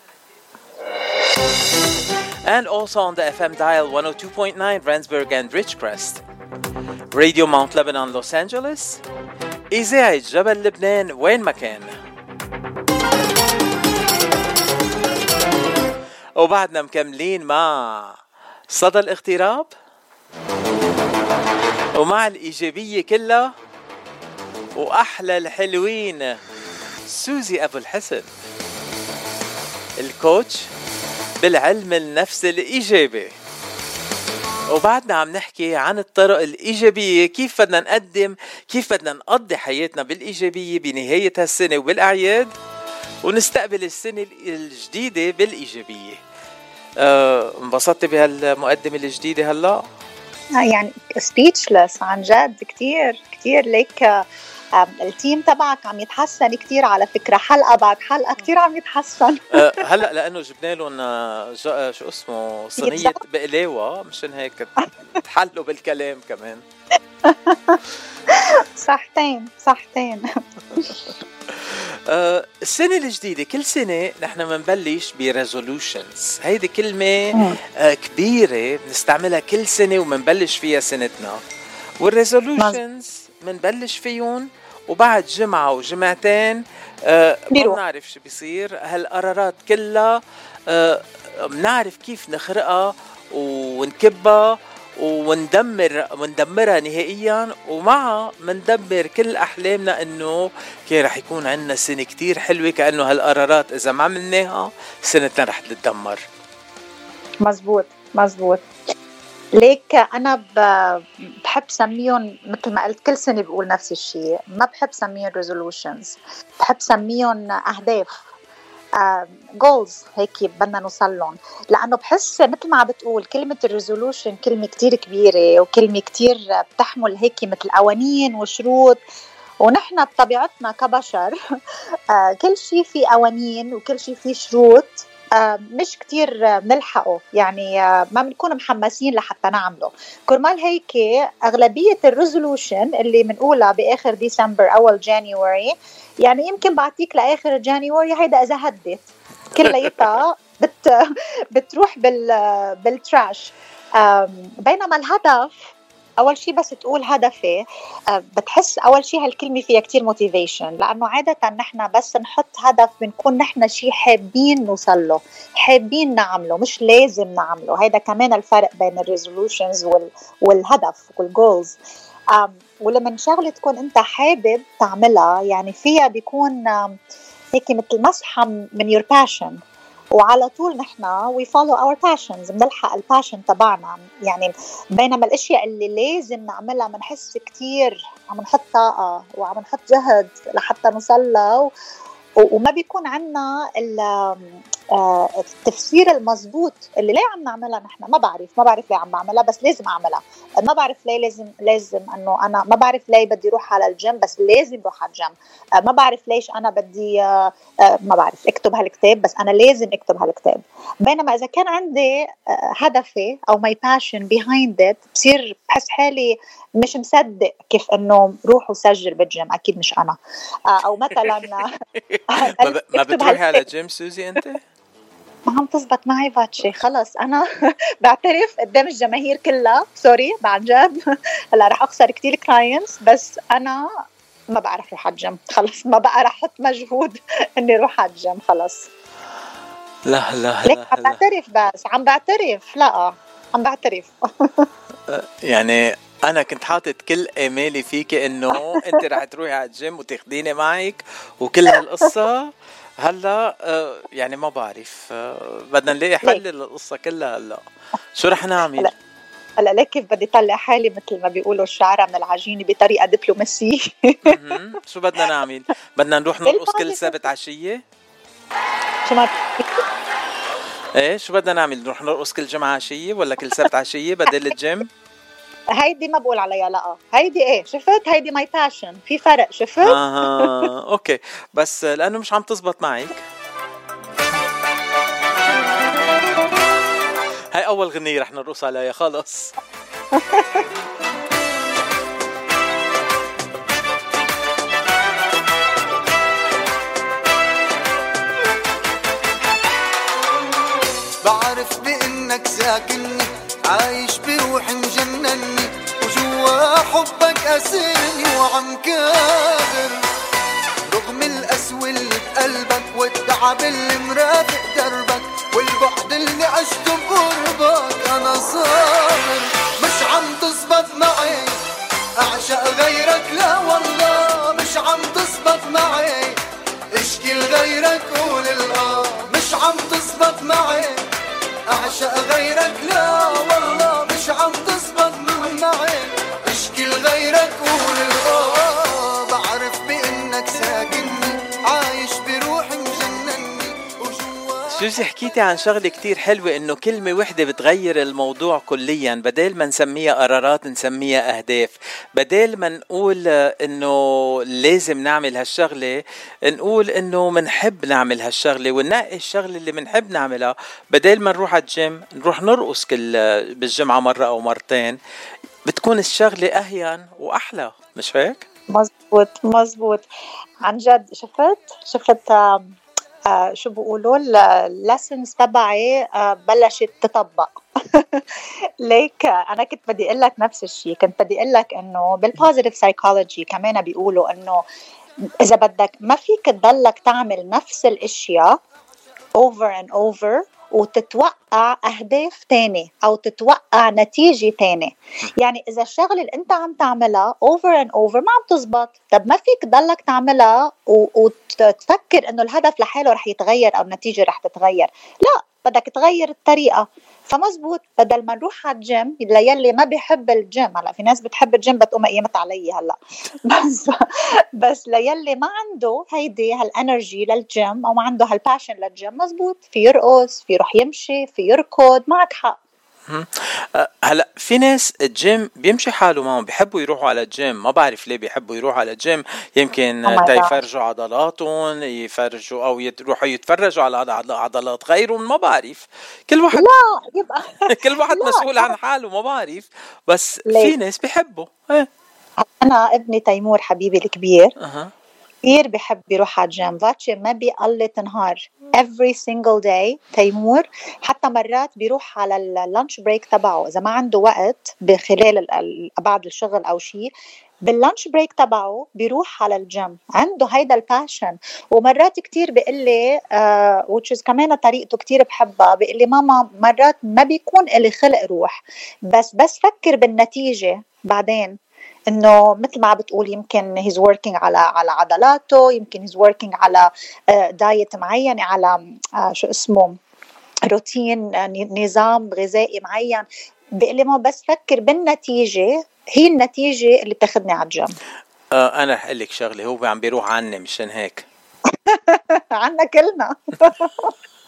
Speaker 1: and also on the FM dial 102.9 Rendsburg and Ridgecrest, Radio Mount Lebanon Los Angeles, إذاعة جبل لبنان وين ما كان. وبعدنا مكملين مع صدى الاغتراب ومع الإيجابية كلها وأحلى الحلوين سوزي أبو الحسن، الكوتش بالعلم النفس الإيجابي. وبعدنا عم نحكي عن الطرق الإيجابية، كيف بدنا نقدم، كيف بدنا نقضي حياتنا بالإيجابية بنهاية هالسنة وبالأعياد، ونستقبل السنة الجديدة بالإيجابية. انبسطت بهالمقدمة الجديدة هلأ؟
Speaker 2: يعني speechless عن جد. كتير ليك التيم تبعك عم يتحسن كتير على فكرة، حلقة بعد حلقة كتير عم يتحسن.
Speaker 1: هلأ لأنه جبنا لهم شو اسمه صينية بقلاوة، مشان هيك تحلوا بالكلام كمان.
Speaker 2: صحتين.
Speaker 1: السنة الجديدة كل سنة نحن منبلش بريزولوشنز. هيدي كلمة كبيرة بنستعملها كل سنة ومنبلش فيها سنتنا. والريزولوشنز منبلش فيهم وبعد جمعة وجمعتين ما بنعرف شو بيصير. هالقرارات كلها بنعرف كيف نخرقها ونكبها وندمرها نهائيا، ومعها مندمر كل أحلامنا إنه كان رح يكون عنا سنة كتير حلوة، كأنه هالقرارات إذا ما عملناها سنتنا رح تتدمر.
Speaker 2: مزبوط. ليك أنا بحب سميهم مثل ما قلت، كل سنة بقول نفس الشيء، ما بحب سميهم resolutions، بحب سميهم أهداف، goals هيك بدنا نوصلهم. لأنه بحس مثل ما بتقول كلمة الريزولوشن كلمة كتير كبيرة وكلمة كتير بتحمل هيك مثل قوانين وشروط، ونحن بطبيعتنا كبشر كل شيء في قوانين وكل شيء في شروط، مش كتير نلحقه، يعني ما بنكون محمسين لحتى نعمله. كرمال هيك أغلبية الريزولوشن اللي بنقولها بآخر ديسمبر أول جانيوري، يعني يمكن بعطيك لآخر جانيوري هيدا إذا هدت كليتها بتروح بالتراش. بينما الهدف أول شيء بس تقول هدفي، بتحس أول شيء هالكلمة فيها كتير موتيفيشن، لأنه عادة نحن بس نحط هدف بنكون نحن شيء حابين نوصله، حابين نعمله، مش لازم نعمله. هيدا كمان الفرق بين الريزولوشنز والهدف والجولز. ولما شغلة تكون أنت حابب تعملها، يعني فيها بيكون هيك مثل مسحة من your passion، وعلى طول نحن we follow our passions، بنلحق الباشن تبعنا. يعني بينما الاشياء اللي لازم نعملها بنحس كتير عم نحط طاقة وعم نحط جهد لحتى نوصلها، وما بيكون عنا التفسير المضبوط اللي ليه عم نعملها نحن. ما بعرف ليه عم بعملها، بس لازم اعملها. ما بعرف ليه لازم انه انا ما بعرف ليه بدي اروح على الجيم، بس لازم اروح على الجيم. ما بعرف ليش انا بدي ما بعرف اكتب هالكتاب، بس انا لازم اكتب هالكتاب. بينما اذا كان عندي هدفي او my passion behind it، بصير بحس حالي مش مصدق كيف انه روح وسجل بالجيم. اكيد مش انا. او مثلا
Speaker 1: ما بتروحي على جيم سوزي انت؟
Speaker 2: ما عم تزبط معي باتشي. خلص انا بعترف قدام الجماهير كلها، سوري عن جد. هلا رح اخسر كتير كلاينتس، بس انا ما بعرف اروح على الجيم. خلص ما بقى رح احط مجهود اني اروح على الجيم. خلص
Speaker 1: لا
Speaker 2: ليك عم بعترف، بس عم بعترف. لا عم بعترف.
Speaker 1: يعني أنا كنت حاطط كل آمالي فيك إنه أنت رح تروحي على الجيم وتاخديني معك وكل هالقصة. هلا يعني ما بعرف، بدنا نلاقي حل للقصة كلها. هلا شو رح نعمل؟
Speaker 2: هلا ليك كيف بدي طلع حالي مثل ما بيقولوا الشعراء من العجينة بطريقة دبلوماسية.
Speaker 1: شو بدنا نعمل؟ بدنا نروح نرقص كل سبت عشية؟
Speaker 2: شو ما
Speaker 1: ايه شو بدنا نعمل؟ نروح نرقص كل جمعة عشية ولا كل سبت عشية بدل الجيم؟
Speaker 2: هيدي ما بقول عليها لا، هيدي ايه شفت، هيدي ماي باشن. في فرق شفت.
Speaker 1: اوكي، بس لانه مش عم تزبط معك. هاي اول غنية رح نرقص عليها خلص.
Speaker 5: بعرف بانك ساكنني، عايش بروحي مجنني، وجوا حبك اسرني وعم كابر. رغم القسوة اللي بقلبك والتعب اللي مرافق دربك والبعد اللي عشته بقربك، انا صابر. مش عم تزبط معي اعشق غيرك، لا والله مش عم تزبط معي اشكي لغيرك قول الاه. مش عم تزبط معي اعشق غيرك، لا والله مش عم تزبط معي اشكي لغيرك قول الاه. بعرف بانك ساكنني، عايش بروحي مجنني وجوا.
Speaker 1: سوزي حكيتي عن شغلة كتير حلوة، انه كلمة وحدة بتغير الموضوع كليا. بدل ما نسميها قرارات نسميها اهداف. بدل ما نقول انه لازم نعمل هالشغلة، نقول انه منحب نعمل هالشغلة وننقي الشغلة اللي منحب نعملها. بدل ما نروح على الجيم نروح نرقص بالجمعة مرة او مرتين. بتكون الشغلة اهين واحلى، مش هيك؟
Speaker 2: مزبوط عن جد. شفت شو بقولوا اللسنس تبعي بلشت تطبق. ليك انا كنت بدي اقول لك نفس الشيء. كنت بدي اقول لك انه بالبوزيتيف سايكولوجي كمان بيقولوا انه اذا بدك ما فيك تضلك تعمل نفس الاشياء over and over وتتوقع أهداف تاني أو تتوقع نتيجة تاني. يعني إذا الشغل اللي أنت عم تعملها over and over ما عم تزبط، طب ما فيك تضلك تعملها وتفكر إنه الهدف لحاله رح يتغير أو النتيجة رح تتغير. لا، بدك تغير الطريقة. فمزبوط، بدل ما نروح على الجيم ليلي ما بيحب الجيم. هلا في ناس بتحب الجيم بتقوم قيمت علي هلا. بس ليلي ما عنده هيدي هالانرجي للجيم او ما عنده هالباشن للجيم، مزبوط في يرقص، في يروح يمشي، في يركض. معك حق.
Speaker 1: هلا في ناس الجيم بيمشي حاله معهم، بيحبوا يروحوا على الجيم. ما بعرف ليه بيحبوا يروحوا على الجيم. يمكن يفرجوا عضلاتهم، يفرجوا او يروحوا يتفرجوا على عضلات غيرهم. ما بعرف، كل واحد
Speaker 2: لا يبقى
Speaker 1: كل واحد مسؤول عن حاله. ما بعرف، بس في ناس بيحبوا.
Speaker 2: انا ابني تيمور حبيبي الكبير كثير بحب يروح على الجيم. فاتشي ما بيقلت نهار every single day. تيمور حتى مرات بيروح على اللانش بريك تبعه إذا ما عنده وقت بخلال بعد الشغل أو شيء، باللانش بريك تبعه بيروح على الجيم. عنده هيدا الباشن. ومرات كتير بيقول لي which is كمان طريقته كتير بحبها. بيقول لي ماما مرات ما بيكون إلي خلق روح، بس فكر بالنتيجة بعدين. إنه مثل ما بتقول يمكن he's working على عضلاته، يمكن he's working على دايت معين، على شو اسمه روتين نظام غذائي معين. بيقول لي ما بس فكر بالنتيجة، هي النتيجة اللي بتاخدني على الجيم.
Speaker 1: أنا رح أقول لك شغلة، هو عم بيروح عني مشان هيك.
Speaker 2: عنا كلنا.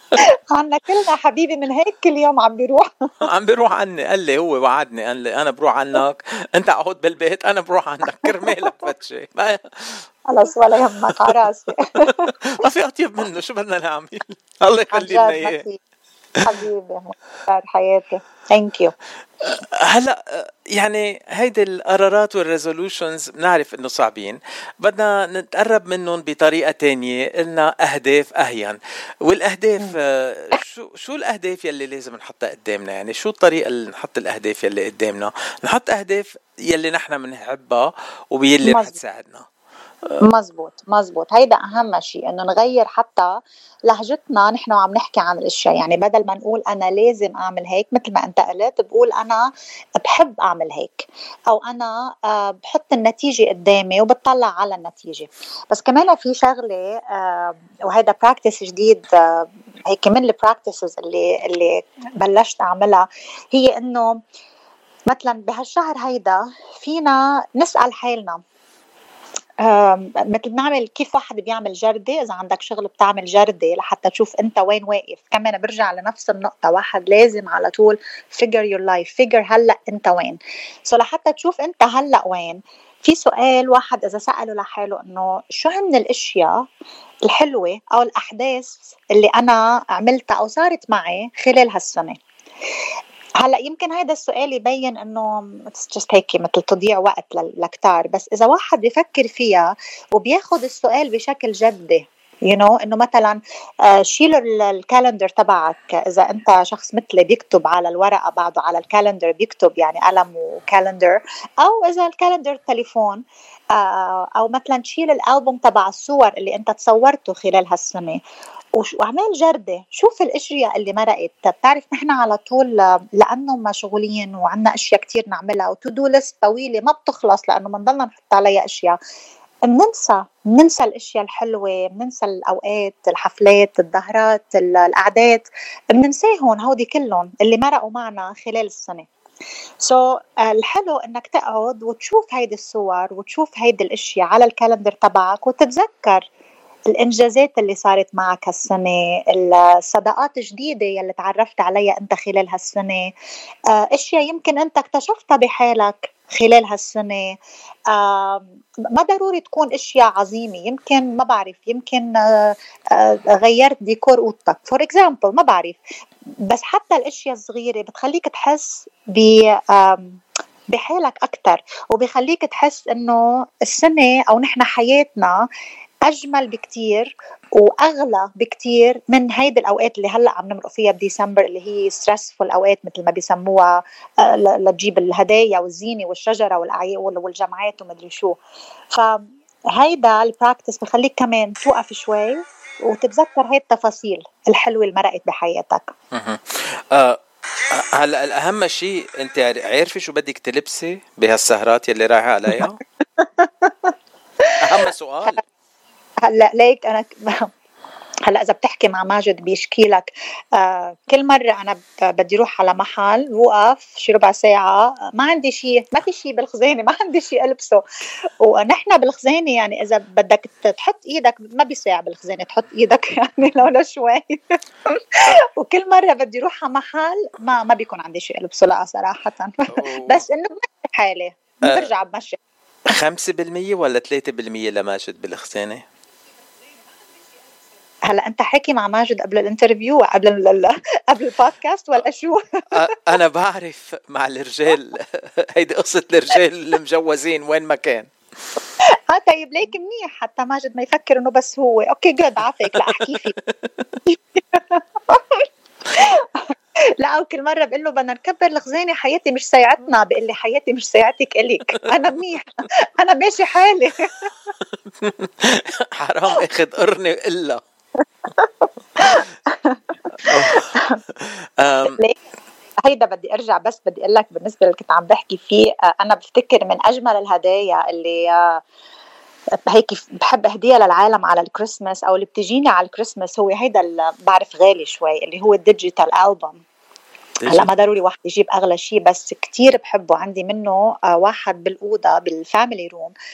Speaker 2: عنا كلنا حبيبي من هيك كل يوم عم بيروح.
Speaker 1: عم بيروح عني، قال لي هو وعدني، قال لي انا بروح عنك، انت اقعد بالبيت انا بروح عنك كرمالك فتشي.
Speaker 2: خلص ولا يهمك على راسي.
Speaker 1: ما في اطيب منه، شو بدنا نعمل؟ الله يخلي لنا اياه
Speaker 2: حبيبي مختار حياتي. ثانك يو.
Speaker 1: هلا يعني هيدي القرارات والريزولوشنز بنعرف انه صعبين، بدنا نتقرب منهم بطريقه تانية. قلنا اهداف اهين، والاهداف شو الاهداف يلي لازم نحطها قدامنا؟ يعني شو الطريقه اللي نحط الاهداف يلي قدامنا؟ نحط اهداف يلي نحن بنحبها وبيلي رح تساعدنا.
Speaker 2: مزبوط هيدا أهم شيء، إنه نغير حتى لهجتنا نحن وعم نحكي عن الأشياء. يعني بدل ما نقول أنا لازم أعمل هيك، مثل ما أنت قلت، بقول أنا بحب أعمل هيك، أو أنا بحط النتيجة قدامي وبتطلع على النتيجة. بس كمان في شغلة وهذا براكتس جديد هيك من البراكتسز اللي بلشت أعملها، هي إنه مثلا بهالشهر هيدا فينا نسأل حالنا مثل نعمل كيف واحد بيعمل جردة. إذا عندك شغل بتعمل جردة لحتى تشوف أنت وين واقف. كمان برجع لنفس النقطة، واحد لازم على طول figure your life، figure هلأ أنت وين. لحتى تشوف أنت هلأ وين، في سؤال واحد إذا سأله لحاله إنه شو هن الأشياء الحلوة أو الأحداث اللي أنا عملتها أو صارت معي خلال هالسنة. هلا يمكن هذا السؤال يبين انه just هيك مثل تضييع وقت لكتار، بس اذا واحد بيفكر فيها وبياخد السؤال بشكل جدي، انه مثلا شيل الكالندر تبعك. اذا انت شخص مثلي بيكتب على الورقه، بعده على الكالندر بيكتب يعني قلم وكالندر، او اذا الكالندر تليفون، او مثلا تشيل الالبوم تبع الصور اللي انت تصورته خلال هالسنه وعمل جردة. شوف الاشياء اللي مرقت. بتعرف نحن على طول لانه مشغولين وعنا اشياء كتير نعملها وتودو ليست طويله ما بتخلص، لانه بنضلنا نحط عليها اشياء، بننسى الاشياء الحلوه، بننسى الاوقات، الحفلات، الظهرات، القعدات، بننساهم هودي كلهم اللي مرقوا معنا خلال السنه. الحلو انك تقعد وتشوف هيدي الصور وتشوف هيدي الاشياء على الكالندر تبعك وتتذكر الإنجازات اللي صارت معك هالسنة، الصداقات الجديدة يلي تعرفت عليها أنت خلال هالسنة، أشياء يمكن أنت اكتشفتها بحالك خلال هالسنة. ما ضروري تكون أشياء عظيمة، يمكن ما بعرف، يمكن غيرت ديكور أوضتك فور إكزامبل، ما بعرف. بس حتى الأشياء الصغيرة بتخليك تحس بحالك أكتر، وبيخليك تحس إنه السنة أو نحن حياتنا أجمل بكتير وأغلى بكتير من هيدي الأوقات اللي هلأ عم نمرق فيها بديسمبر، اللي هي stressful أوقات مثل ما بيسموها، لتجيب الهدايا والزينة والشجرة والجمعات ومدري شو. فهيدا البراكتس بخليك كمان توقف شوي وتتذكر هاي التفاصيل الحلوة اللي مرقت بحياتك.
Speaker 1: هلا الأهم شيء أنت عارفة شو بدك تلبسي بهالسهرات يلي رايحة عليها؟ أهم سؤال.
Speaker 2: هلا ليك انا هلا اذا بتحكي مع ماجد بيشكي لك كل مره انا بدي اروح على محل وقف شي ربع ساعه، ما عندي شيء، ما في شيء بالخزانه، ما عندي شيء البسه. ونحن بالخزانه يعني اذا بدك تحط ايدك ما بيساع بالخزانه تحط ايدك يعني لو شوي. وكل مره بدي اروح على محل ما بيكون عندي شيء البسه لا صراحه. بس انه بمشي حالي، برجع بمشي.
Speaker 1: 5% ولا 3% لماجد بالخزانه؟
Speaker 2: هلا انت حكي مع ماجد قبل الانترفيو قبل البودكاست ولا شو؟
Speaker 1: انا بعرف مع الرجال هيدي قصه الرجال المجوزين وين ما كان.
Speaker 2: طيب ليك منيح حتى ماجد ما يفكر انه بس هو اوكي جود عافيك. لا احكي فيه. لا وكل مرة بقول له بدنا نكبر الخزانة، حياتي مش ساعتنا، بقول لي حياتي مش ساعتك إليك، أنا منيح أنا ماشي حالي.
Speaker 1: حرام أخذ قرني إلا.
Speaker 2: هيدا بدي أرجع بس بدي أقول لك بالنسبة اللي كنت عم بحكي فيه، أنا بفتكر من أجمل الهدايا اللي هيك بحب أهديها للعالم على الكريسماس أو اللي بتجيني على الكريسماس، هو هيدا اللي بعرف غالي شوي اللي هو الديجيتال ألبوم. هلا ما ضروري واحد يجيب أغلى شيء، بس كتير بحبه، عندي منه واحد بالأوضة بالفاميلي روم،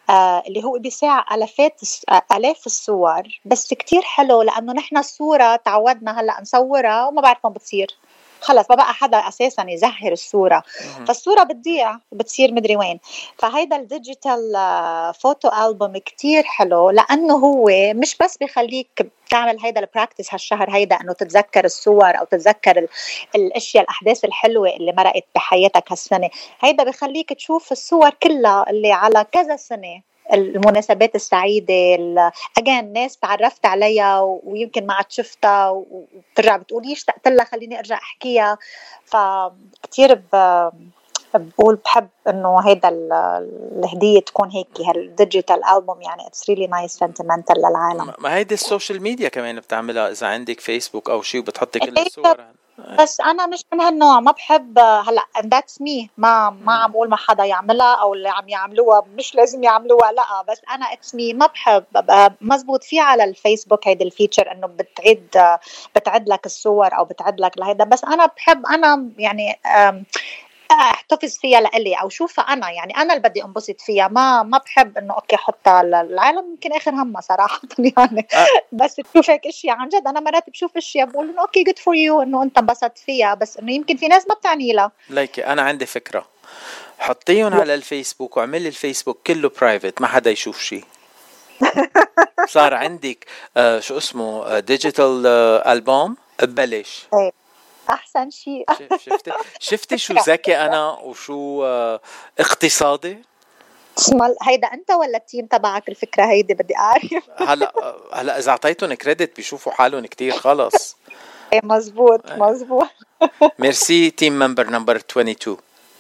Speaker 2: اللي هو بساعة آلاف الصور، بس كتير حلو لأنه نحن الصورة تعودنا هلأ نصورها وما بعرف ما بتصير، خلص ما بقى حدا أساسا يزهر الصورة، فالصورة بتضيع بتصير مدري وين. فهيدا الديجيتال فوتو ألبوم كتير حلو لأنه هو مش بس بيخليك تعمل هيدا البراكتس هالشهر هيدا أنه تتذكر الصور أو تتذكر الأشياء الأحداث الحلوة اللي مرقت بحياتك هالسنة، هيدا بيخليك تشوف الصور كلها اللي على كذا سنة، المناسبات السعيدة أجان ناس تعرفت عليها ويمكن ما عاد شفتها وبترجع بتقول اشتقت لها خليني أرجع أحكيها. فكتير بقول بحب إنه هيدا الهدية تكون هيك هالديجيتال ألبوم، يعني it's really nice sentimental للعالم.
Speaker 1: ما هيدي السوشيال ميديا كمان بتعملها إذا عندك فيسبوك أو شيء وبتحطي كل الصور.
Speaker 2: بس أنا مش من هالنوع، ما بحب هلا that's me، ما عم بقول ما حدا يعملها أو اللي عم يعملوها مش لازم يعملوها، لا بس أنا it's me ما بحب. مزبوط في على الفيسبوك هيدا الفيتشر إنه بتعد لك الصور أو بتعد لك لهيدا، بس أنا بحب أنا يعني احتفظ فيها لإلي او شوفها انا، يعني انا اللي بدي انبسط فيها، ما بحب انه اوكي حطها للعالم، يمكن اخر همها صراحه يعني بس تشوف هيك اشياء عن جد. انا مرات بشوف اشياء بقول انه اوكي جود فور يو انه انت انبسطت فيها، بس انه يمكن في ناس ما بتعني لها.
Speaker 1: ليكي انا عندي فكره، حطيهم على الفيسبوك واعملي الفيسبوك كله برايفت ما حدا يشوف شيء. صار عندك شو اسمه ديجيتال ألبوم ببلاش.
Speaker 2: احسن شيء.
Speaker 1: شفتي شو ذكي انا وشو اقتصادي.
Speaker 2: اسمع هيدا انت ولا التيم تبعك الفكره هيدي بدي اعرف.
Speaker 1: هلا اذا اعطيتهم كريدت بيشوفوا حالهم كتير خلص.
Speaker 2: مزبوط.
Speaker 1: ميرسي تيم ممبر نمبر 22.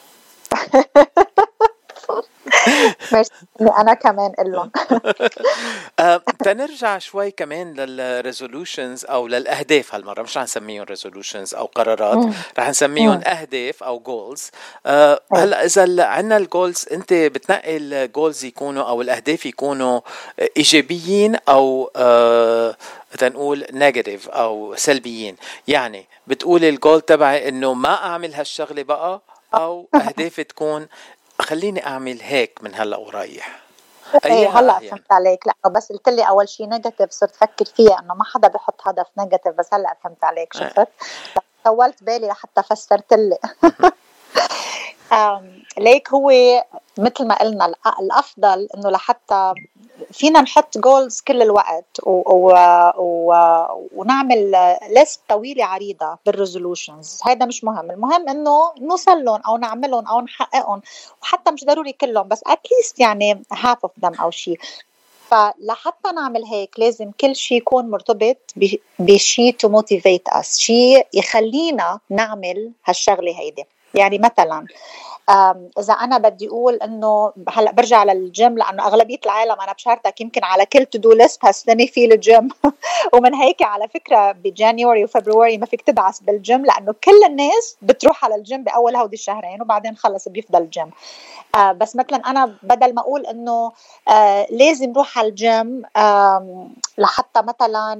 Speaker 2: أنا كمان قلهم.
Speaker 1: تنرجع شوي كمان للريزولوشنز أو للأهداف، هالمرة مش رح نسميهم ريزولوشنز أو قرارات، رح نسميهم أهداف أو جولز. هلأ إذا عنا الجولز، أنت بتنقي الجولز يكونوا أو الأهداف يكونوا إيجابيين أو تنقول نيجاتيف أو سلبيين. يعني بتقول الجول تبعي إنه ما أعمل هالشغلة بقى، أو أهداف تكون خليني أعمل هيك من هلأ ورايح.
Speaker 2: هلأ فهمت عليك. لا بس قلت لي أول شيء نيجاتيف صرت فكر فيها إنه ما حدا بيحط هدف نيجاتيف، بس هلأ فهمت عليك. شفت طولت بالي لحتى فسرت لي. ليك هو مثل ما قلنا الأفضل إنه لحتى فينا نحط جولز كل الوقت ونعمل ليست طويلة عريضة بالريزولوشنز. هيدا مش مهم، المهم إنه نوصل لهم أو نعملهم أو نحققهم، وحتى مش ضروري كلهم بس أتليست يعني half of them أو شيء. فلحتى نعمل هيك لازم كل شيء يكون مرتبط بشيء to motivate us، شيء يخلينا نعمل هالشغلة هيدي. يعني مثلا إذا أنا بدي أقول إنه هلأ برجع للجيم، لأنه أغلبية العالم أنا بشارتك يمكن على كل to do list هالسنة في الجيم. ومن هيك على فكرة بجانيوري وفبراير ما فيك تدعس بالجيم، لأنه كل الناس بتروح على الجيم بأول هودي الشهرين وبعدين خلص بيفضل الجيم. بس مثلا أنا بدل ما أقول إنه لازم روح على الجيم لحتى مثلا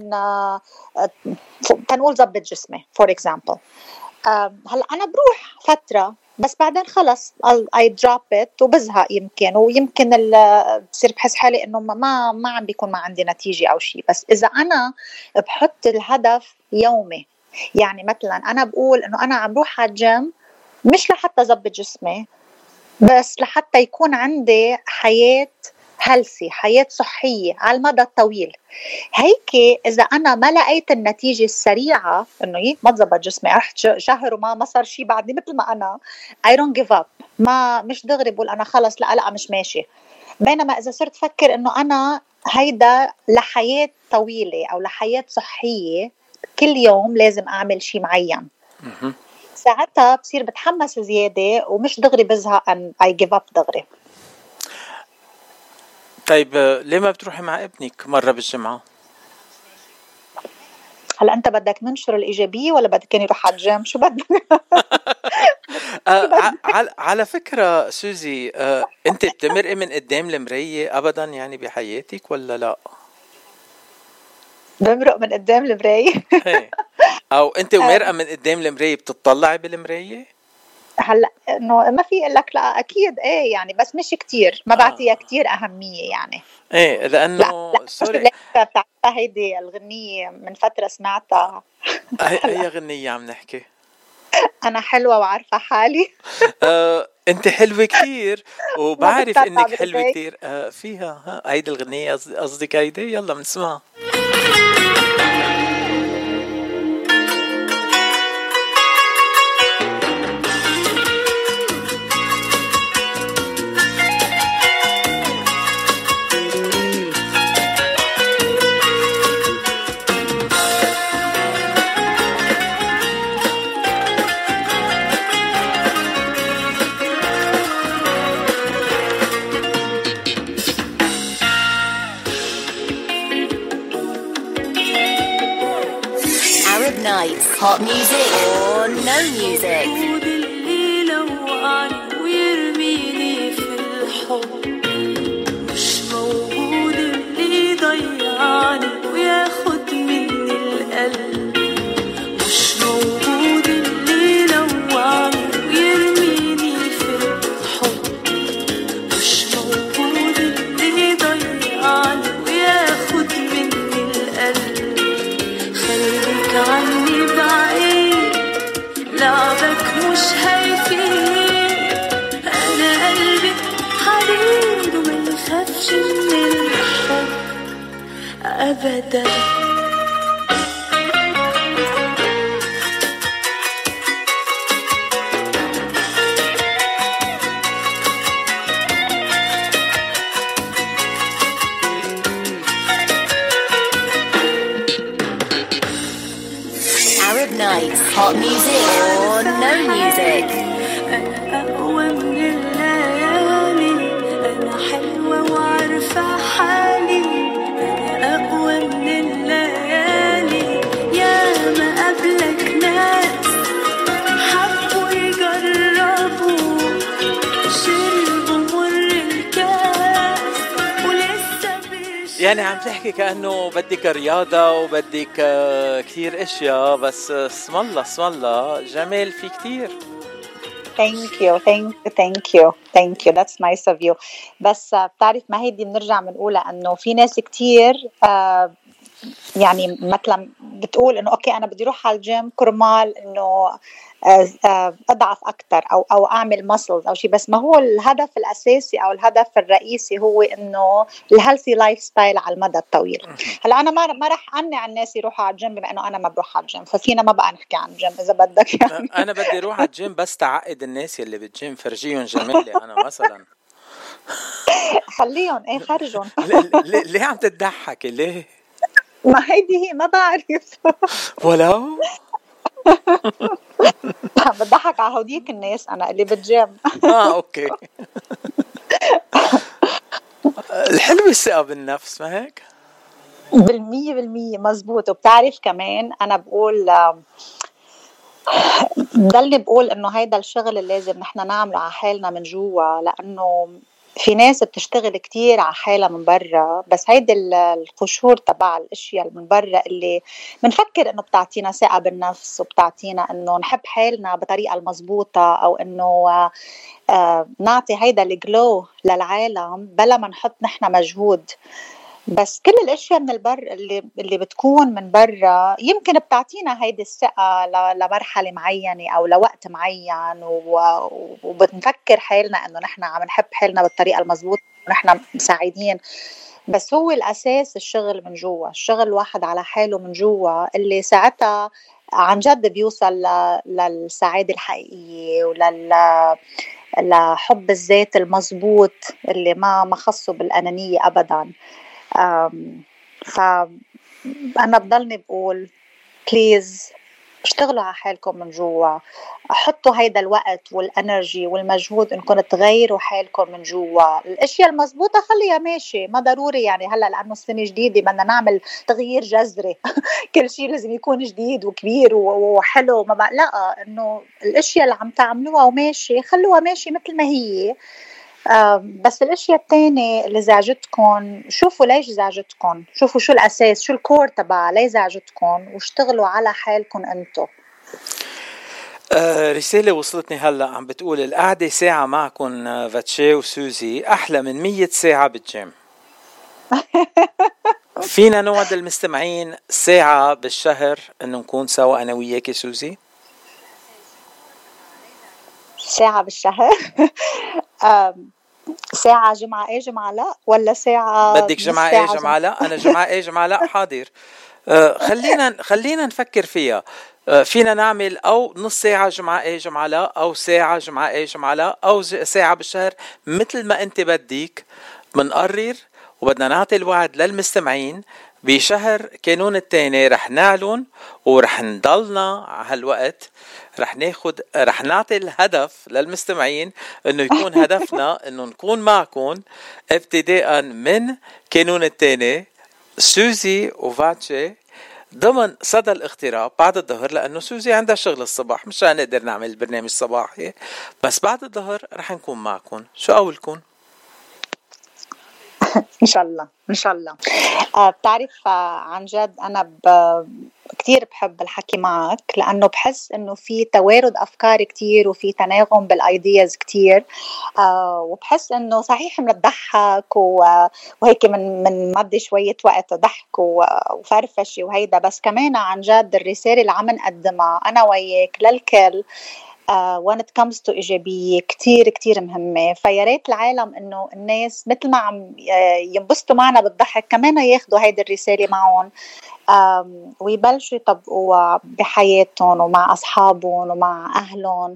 Speaker 2: تنقول ضبط جسمي for example، هلأ أنا بروح فترة بس بعدين خلص I drop it وبزهق ويمكن بصير بحس حالي إنه ما عم بيكون ما عندي نتيجة أو شيء. بس إذا أنا بحط الهدف يومي، يعني مثلا أنا بقول إنه أنا عم روح على الجيم مش لحتى ضبط جسمي بس لحتى يكون عندي حياة هيلثي، حياة صحية على المدى الطويل. هيك إذا أنا ما لقيت النتيجة السريعة إنه ما تزبط جسمي، رحت شهر وما صار شيء بعدني مثل ما أنا I don't give up، ما مش دغري بقول أنا خلص لا مش ماشي. بينما إذا صرت فكر إنه أنا هيدا لحياة طويلة أو لحياة صحية كل يوم لازم أعمل شيء معين، ساعتها بصير بتحمس زيادة ومش دغري بزهق I give up دغري.
Speaker 1: طيب ليه ما بتروحي مع ابنك مرة بالجمعة؟
Speaker 2: هلا أنت بدك ننشر الإيجابية ولا بدك يروح على الجيم؟ شو بدك؟
Speaker 1: على فكرة سوزي، أنت بتمرقي من قدام المراية أبدا يعني بحياتك ولا لا؟
Speaker 2: بمرق من قدام المراية.
Speaker 1: أو أنت ومرقة من قدام المراية بتطلعي بالمراية؟
Speaker 2: هلا انه ما في اقول لك لا اكيد ايه يعني، بس مش كتير، ما بعطيها كتير اهميه يعني.
Speaker 1: ايه لانه
Speaker 2: لا
Speaker 1: سوري.
Speaker 2: بتعرفها هيدي الغنيه من فتره سمعتها.
Speaker 1: اي غنية عم نحكي؟
Speaker 2: انا حلوه وعارفه حالي.
Speaker 1: انت حلوة كتير
Speaker 2: ما
Speaker 1: وبعرف
Speaker 2: بتطلع
Speaker 1: انك حلوة
Speaker 2: بالبيت.
Speaker 1: كتير. فيها هيدي الغنية قصدك هيدي؟ يلا بنسمعها.
Speaker 3: Nights, hot music or no music.
Speaker 6: موجود اللي لوعني ويرميني في الحب، مش موجود اللي ضيعني وياخد مني القلب، مش موجود اللي لوعني ويرميني في الحب، مش موجود اللي ضيعني وياخد مني القلب. خليك عني بعيد، لعبك مش هيفيد، أنا قلبي حديد وما يخافش من الحب أبدا.
Speaker 3: Nights, hot music or no music.
Speaker 6: أنا أقوى من الليالي، أنا حلوة وعارفة حالي، أنا أقوى من الليالي. يا ما قبلك ناس حبوا يجربوا، شربوا مر الكاس ولسه
Speaker 1: يعني عم تحكي كأنه بدك رياضة وبدك كتير اشياء، بس اسم الله جمال في كتير.
Speaker 2: Thank you. That's nice of you. بس بتعرف ما هيدي بنرجع بنقولها انه في ناس كتير يعني مثلا بتقول انه اوكي انا بدي اروح على الجيم كرمال انه اضعف اكثر او اعمل ماسلز او شيء، بس ما هو الهدف الاساسي او الهدف الرئيسي هو انه الهيلثي لايف ستايل على المدى الطويل. هلا انا ما رح امنع الناس يروحوا على الجيم بما انه انا ما بروح على الجيم، ففينا ما بقى نحكي عن الجيم اذا بدك يعني.
Speaker 1: انا بدي اروح على الجيم بس تعقد الناس اللي بالجيم، فرجيهم جمالي انا مثلا.
Speaker 2: خليهم خرجهم.
Speaker 1: ليه عم تضحكي ليه؟
Speaker 2: ما هيدي هي ما بعرف.
Speaker 1: ولو
Speaker 2: بضحك على هوديك الناس انا اللي بالجيم.
Speaker 1: اوكي. الحلو الثقة بالنفس، ما هيك؟
Speaker 2: 100% مزبوط. وبتعرف كمان انا بقول ضلني بقول انه هيدا الشغل اللي لازم نحن نعمله على حالنا من جوا، لانه في ناس بتشتغل كتير على حالها من برا، بس هيدا القشور تبع الاشياء من برا اللي بنفكر انه بتعطينا ثقة بالنفس وبتعطينا انه نحب حالنا بطريقة المزبوطة، او انه نعطي هيدا الجلو للعالم بلا ما نحط نحن مجهود. بس كل الاشياء من البر اللي بتكون من برا يمكن بتعطينا هيدي الثقة لمرحلة معينة او لوقت معين، وبنفكر حالنا انه نحن عم نحب حالنا بالطريقة المضبوطة ونحن مساعدين. بس هو الاساس الشغل من جوا، الشغل الواحد على حاله من جوا اللي ساعتها عن جد بيوصل للسعادة الحقيقية لحب الذات المضبوط اللي ما خصه بالأنانية أبداً. فأنا بضلني بقول بليز اشتغلوا على حالكم من جوا، حطوا هيدا الوقت والانرجي والمجهود انكم تغيروا حالكم من جوا. الاشياء المضبوطه خليها ماشي، ما ضروري يعني هلا لانه السنه جديده بدنا نعمل تغيير جذري. كل شيء لازم يكون جديد وكبير وحلو، ما بقى لا، انه الاشياء اللي عم تعملوها وماشي خلوها ماشي مثل ما هي. بس الاشياء التانية اللي زعجتكم شوفوا ليش زعجتكم، شوفوا شو الاساس، شو الكور تبعها ليه زعجتكم، واشتغلوا على حالكم انتو.
Speaker 1: رسالة وصلتني هلا عم بتقول القعدة ساعة معكم فاتشي وسوزي أحلى من 100 ساعة بالجيم. فينا نوعد المستمعين ساعة بالشهر إنه نكون سوا أنا وياكي سوزي؟
Speaker 2: ساعة بالشهر. ساعة جمعة ايه جمعة لا، ولا ساعة
Speaker 1: بدك جمعة ايه جمعة لا؟ أنا جمعة ايه جمعة لا حاضر. خلينا نفكر فيها. فينا نعمل أو نص ساعة جمعة ايه جمعة لا، أو ساعة جمعة ايه جمعة لا، أو ساعة بالشهر، مثل ما أنت بدك. منقرر وبدنا نعطي الوعد للمستمعين بشهر كانون التاني رح نعلن ورح نضلنا على هالوقت. رح نعطي الهدف للمستمعين انه يكون هدفنا انه نكون معكم ابتداء من كانون التاني سوزي وفاتشي ضمن صدى الاغتراب بعد الظهر، لانه سوزي عندها شغل الصباح مش رح نقدر نعمل برنامج صباحي، بس بعد الظهر رح نكون معكم. شو قولكم؟
Speaker 2: إن شاء الله إن شاء الله. بتعرف عن جد أنا كتير بحب الحكي معك، لأنه بحس إنه في توارد أفكار كتير وفي تناغم بالأيدياز كتير. وبحس إنه صحيح منضحك وهيك من مضي شوية وقت ضحك وفرفشة وهيدا، بس كمان عن جد الرسالة اللي عم نقدمها أنا وياك للكل when it comes to إيجابية كتير كتير مهمة. فياريت العالم إنه الناس مثل ما عم ينبسطوا معنا بالضحك كمان ياخدوا هيدا الرسالة معهم، ويبلشوا يطبقوها بحياتهم ومع أصحابهم ومع أهلهم.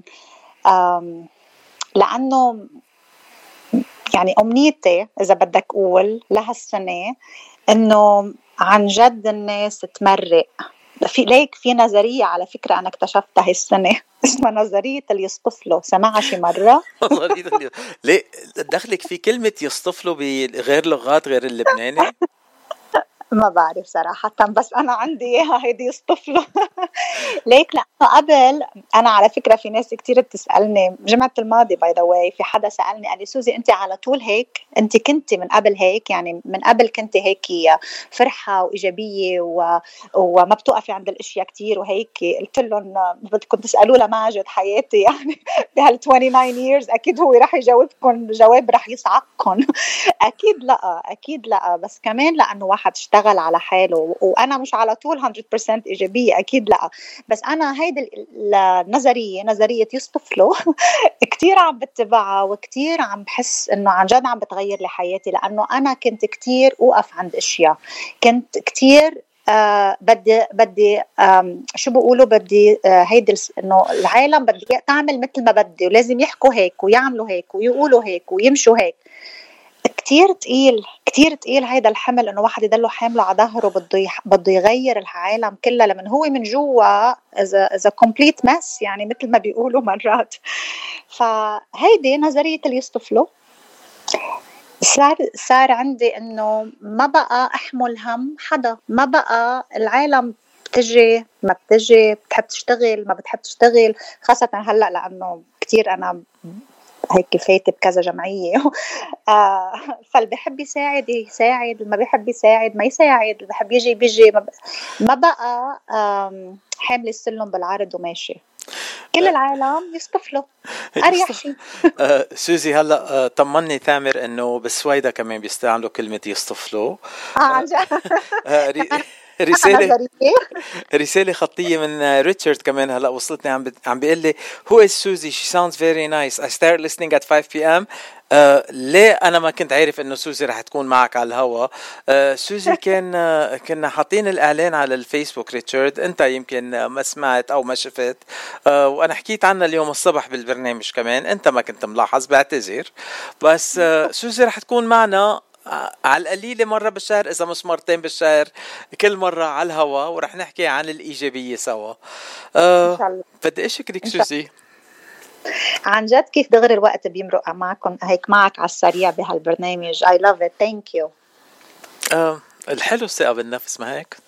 Speaker 2: لأنه يعني أمنيتي إذا بدك أقول لهالسنة إنه عن جد الناس تمرق. في نظرية على فكرة أنا اكتشفتها هالسنة اسمها نظرية اللي يصطفلوا. سمعها شي مرة؟
Speaker 1: ليه دخلك في كلمة يصطفلوا بغير لغات غير اللبناني؟
Speaker 2: ما بعرف صراحة، بس أنا عندي إياها هيدي يصطفلوا. ليك لأنه قبل أنا على فكرة في ناس كتير بتسألني جمعة الماضي باي ذا واي، في حدا سألني قال لي سوزي أنت على طول هيك؟ أنت كنتي من قبل هيك؟ يعني من قبل كنتي هيك فرحة وإيجابية وما بتوقفي عند الأشياء كتير وهيك؟ قلت لهم بدكم تسألوا لماجد حياتي يعني بهال 29 years أكيد هو رح يجاوبكم جواب رح يصعقكم. أكيد لا أكيد لا، بس كمان لأنه واحد اشتغل على حاله، وأنا مش على طول 100% إيجابية أكيد لا، بس أنا هيدا نظرية يصطفلوا كتير عم بتبعها وكتير عم بحس إنه عن جد عم بتغير لي حياتي. لأنه أنا كنت كتير أوقف عند أشياء، كنت كتير بدي شو بقولوا بدي هيدا إنه العالم بدي تعمل مثل ما بدي، ولازم يحكوا هيك ويعملوا هيك ويقولوا هيك ويمشوا هيك. كتير تقيل هيدا الحمل انه واحد يضله حامله على ظهره بده يغير العالم كلها، لمن هو من جوا إذا complete mess يعني مثل ما بيقولوا مرات. فهيدي نظرية اللي يصطفلوا صار عندي انه ما بقى احمل هم حدا، ما بقى العالم بتجي ما بتجي، بتحب تشتغل ما بتحب تشتغل، خاصة هلأ لأنه كتير أنا هيك فايتة بكذا جمعية. فاللي بيحب يساعد يساعد، ما بيحب يساعد ما يساعد، اللي بيحب يجي بيجي، ما بقى حامل السلم بالعرض وماشي. كل العالم يصطفلوا أريح شيء.
Speaker 1: سوزي هلا طمني ثامر انه بالسويدة كمان بيستعملوا كلمة يصطفلوا.
Speaker 2: عن جد.
Speaker 1: رسالة خطية من ريتشارد كمان هلا وصلتني، عم بيقول لي who is Suzy, she sounds very nice, I start listening at 5 p.m. ليه أنا ما كنت عارف إنه سوزي رح تكون معك على الهوا. سوزي كنا حاطين الإعلان على الفيسبوك ريتشارد، أنت يمكن ما سمعت أو ما شفت، وأنا حكيت عنها اليوم الصبح بالبرنامج كمان، أنت ما كنت ملاحظ بعتذر. بس سوزي رح تكون معنا على القليلة مرة بالشهر إذا مش مرتين بالشهر، كل مرة على الهوا، ورح نحكي عن الإيجابية سوا. بدي أشكرك سوزي
Speaker 2: عن جد كيف دغري الوقت بيمرق معكم هيك معك على السريع بهالبرنامج. I love it, thank you.
Speaker 1: الحلو الثقة بالنفس ما هيك؟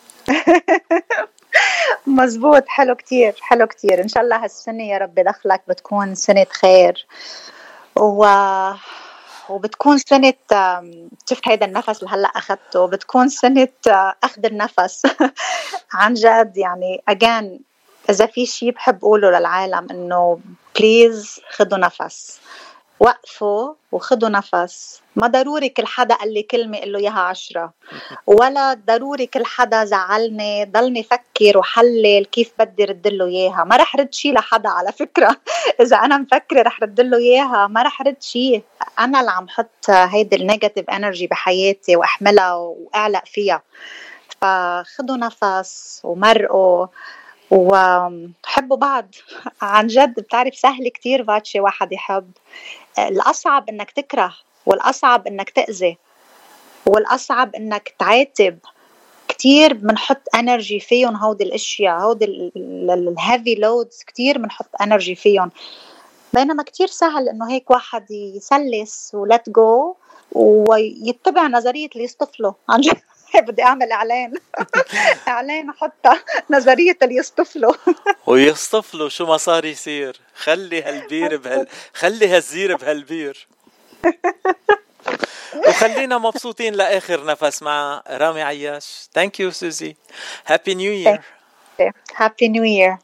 Speaker 2: مزبوط، حلو كتير حلو كتير. إن شاء الله هالسنة يا رب دخلك بتكون سنة خير وبتكون سنة شفت هيدا النفس اللي هلأ أخذته، بتكون سنة أخذ النفس. عن جد يعني again إذا في شيء بحب أقوله للعالم إنه بليز خدوا نفس، وقفوا وخدوا نفس. ما ضروري كل حدا قال لي كلمة قل له إياها 10، ولا ضروري كل حدا زعلني ضلني فكر وحلل كيف بدي رد له إياها. ما رح رد شي لحدا على فكرة. إذا أنا مفكرة رح رد له إياها ما رح رد شي. أنا اللي عم حط هيدي النيجاتيف انرجي بحياتي وأحملها وأعلق فيها. فخدوا نفس ومرقوا وحبوا بعض. عن جد بتعرف سهل كتير فاتشي واحد يحب. الأصعب إنك تكره، والأصعب إنك تأذي، والأصعب إنك تعاتب. كتير بنحط انرجي فيهم هودي الاشياء، هودي الهيفي لودز كتير بنحط انرجي فيهم. بينما كتير سهل انه هيك واحد يسلس ولت جو ويتبع نظرية اللي يصطفله. عن جد بدي اعمل اعلان اعلان حتى نظرية اللي يصطفله
Speaker 1: ويصطفلوا شو ما صار يصير. خلي هالبير خلي هالزير بهالبير. وخلينا مبسوطين لآخر نفس مع رامي عياش. Thank you Suzy. Happy New Year.
Speaker 2: Happy New Year.